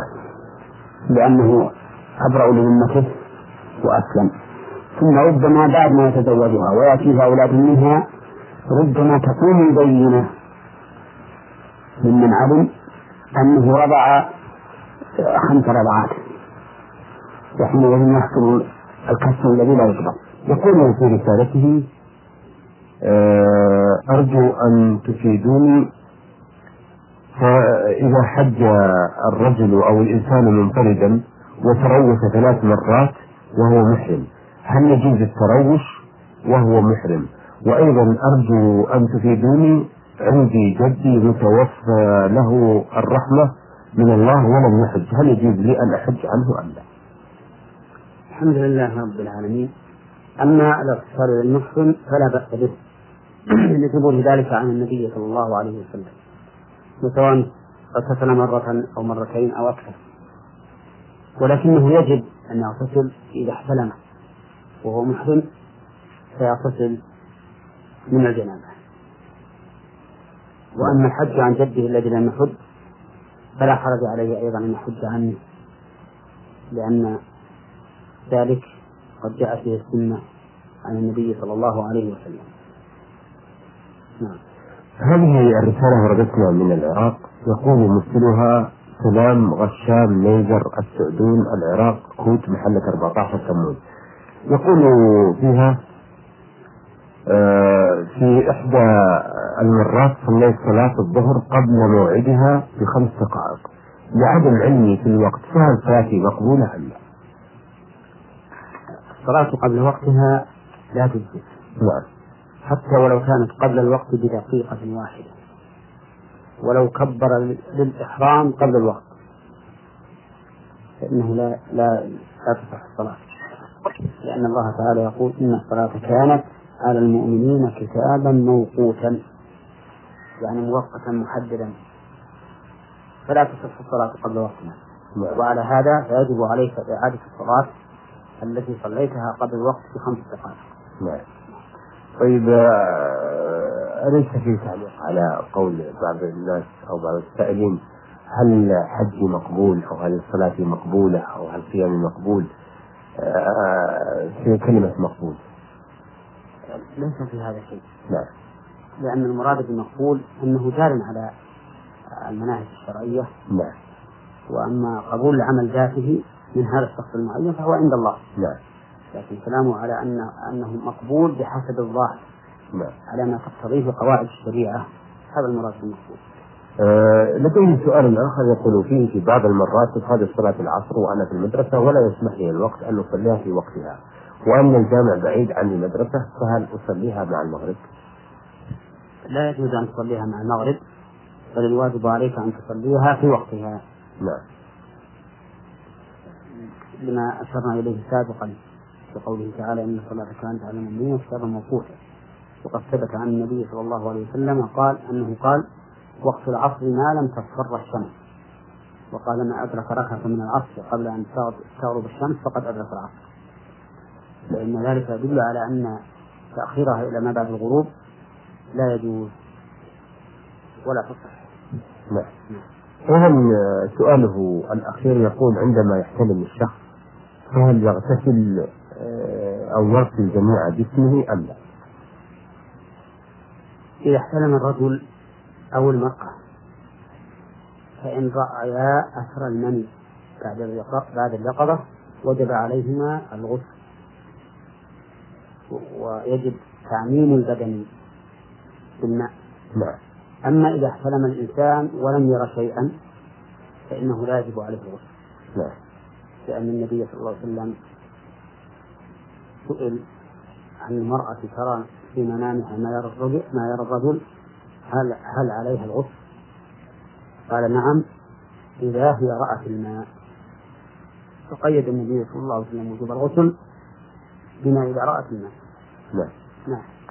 لأنه أبرأ لذمته وأسلم. ثم ربما بعد ما يتزوجها ويأتيها أولاد منها ربما تكون بينة ممن علم أنه رضع 5 رضعات، وحينئذ يحصل الكسر الذي لا يقبل. يقول في رسالته: أرجو أن تفيدوني، فإذا حج الرجل أو الإنسان منفردا وتروش 3 مرات وهو محرم، هل يجوز التروش وهو محرم؟ وأيضا أرجو أن تفيدوني، عندي جدي متوفى له الرحمة من الله ولم يحج، هل يجوز لي أن أحج عنه أم لا؟ الحمد لله رب العالمين. أما الاغتسال للمحرم فلا بأس به لثبوت ذلك عن النبي صلى الله عليه وسلم، سواء اغتسل مرة أو مرتين أو أكثر، ولكنه يجب أن يغتسل إذا احتلم وهو محرم فيغتسل من الجنابة. وأما الحج عن جده الذي لم يحج فلا حرج عليه أيضا أن يحج عنه، لأن ذلك قد جاءت به السنة عن النبي صلى الله عليه وسلم. نعم. هذه الرسالة وردتنا من العراق، يقول مرسلها سلام غشام نيجر السعدون العراق كوت محلة 14 تموز. يقول فيها: في إحدى المرات صليت صلاة الظهر قبل موعدها ب5 دقائق لعدم علمي في الوقت، فهل صلاتي مقبولة أم لا؟ الصلاة قبل وقتها لا تجزي. نعم. حتى ولو كانت قبل الوقت بدقيقة واحدة، ولو كبر للإحرام قبل الوقت فإنه لا تصح الصلاة، لأن الله تعالى يقول: إن الصلاة كانت على المؤمنين كتابا موقوتا، يعني موقتا محددا، فلا تصح الصلاة قبل وقتها. وعلى هذا فيجب عليك إعادة الصلاة التي صليتها قبل الوقت ب5 دقائق. نعم. طيب، أليس في تعليق على قول بعض الناس أو بعض السائلين: هل حجي مقبول أو هل صلاتي مقبولة أو هل صيامي مقبول؟ في كلمة مقبول ليس في هذا شيء. نعم. لأن المراد بالمقبول أنه جار على المناهج الشرعية. نعم. وأما قبول العمل ذاته من هذا الشخص المعين فهو عند الله. نعم. لكن كلامه على أنه مقبول بحسب الظاهر. نعم. على ما تقتضيه قواعد الشريعة، هذا المراد بالمقبول. لديه سؤال آخر يقول فيه: في بعض المرات أصلي صلاة العصر وأنا في المدرسة ولا يسمح لي الوقت أن أصليها في وقتها، وأن الجامع بعيد عن المدرسة، فهل أصليها مع المغرب؟ لا يجوز أن تصليها مع المغرب، بل الواجب عليك أن تصليها في وقتها. نعم. لما أشرنا إليه سابقا في قوله تعالى: إن الصلاة كانت على المؤمنين كتابا موقوتا. وقد ثبت عن النبي صلى الله عليه وسلم أنه قال: وقت العصر ما لم تصفر الشمس، وقال: ما أدرك ركعة من العصر قبل أن تغرب الشمس فقد أدرك العصر. لأن ذلك يدل على أن تأخيرها إلى ما بعد الغروب لا يجوز ولا تصح. نعم. وهم سؤاله الأخير يقول: عندما يحتلم الشخص فهل يغتسل أو يغسل جميع جسمه أم لا؟ إذا احتلم الرجل أو المرأة فإن رأيا أثر المني بعد اليقظة وجب عليهما الغسل، ويجب تعميم البدن بالماء. نعم. أما إذا احتلم الإنسان ولم ير شيئا فإنه لا يجب عليه الغسل. نعم. لأن النبي صلى الله عليه وسلم سئل عن المرأة ترى في منامها ما يرى الرجل هل عليها الغسل؟ قال: نعم، إذا هي رأت الماء. فقيد النبي صلى الله عليه وسلم وجوب الغسل بما إذا رأت الماء. نعم. نعم.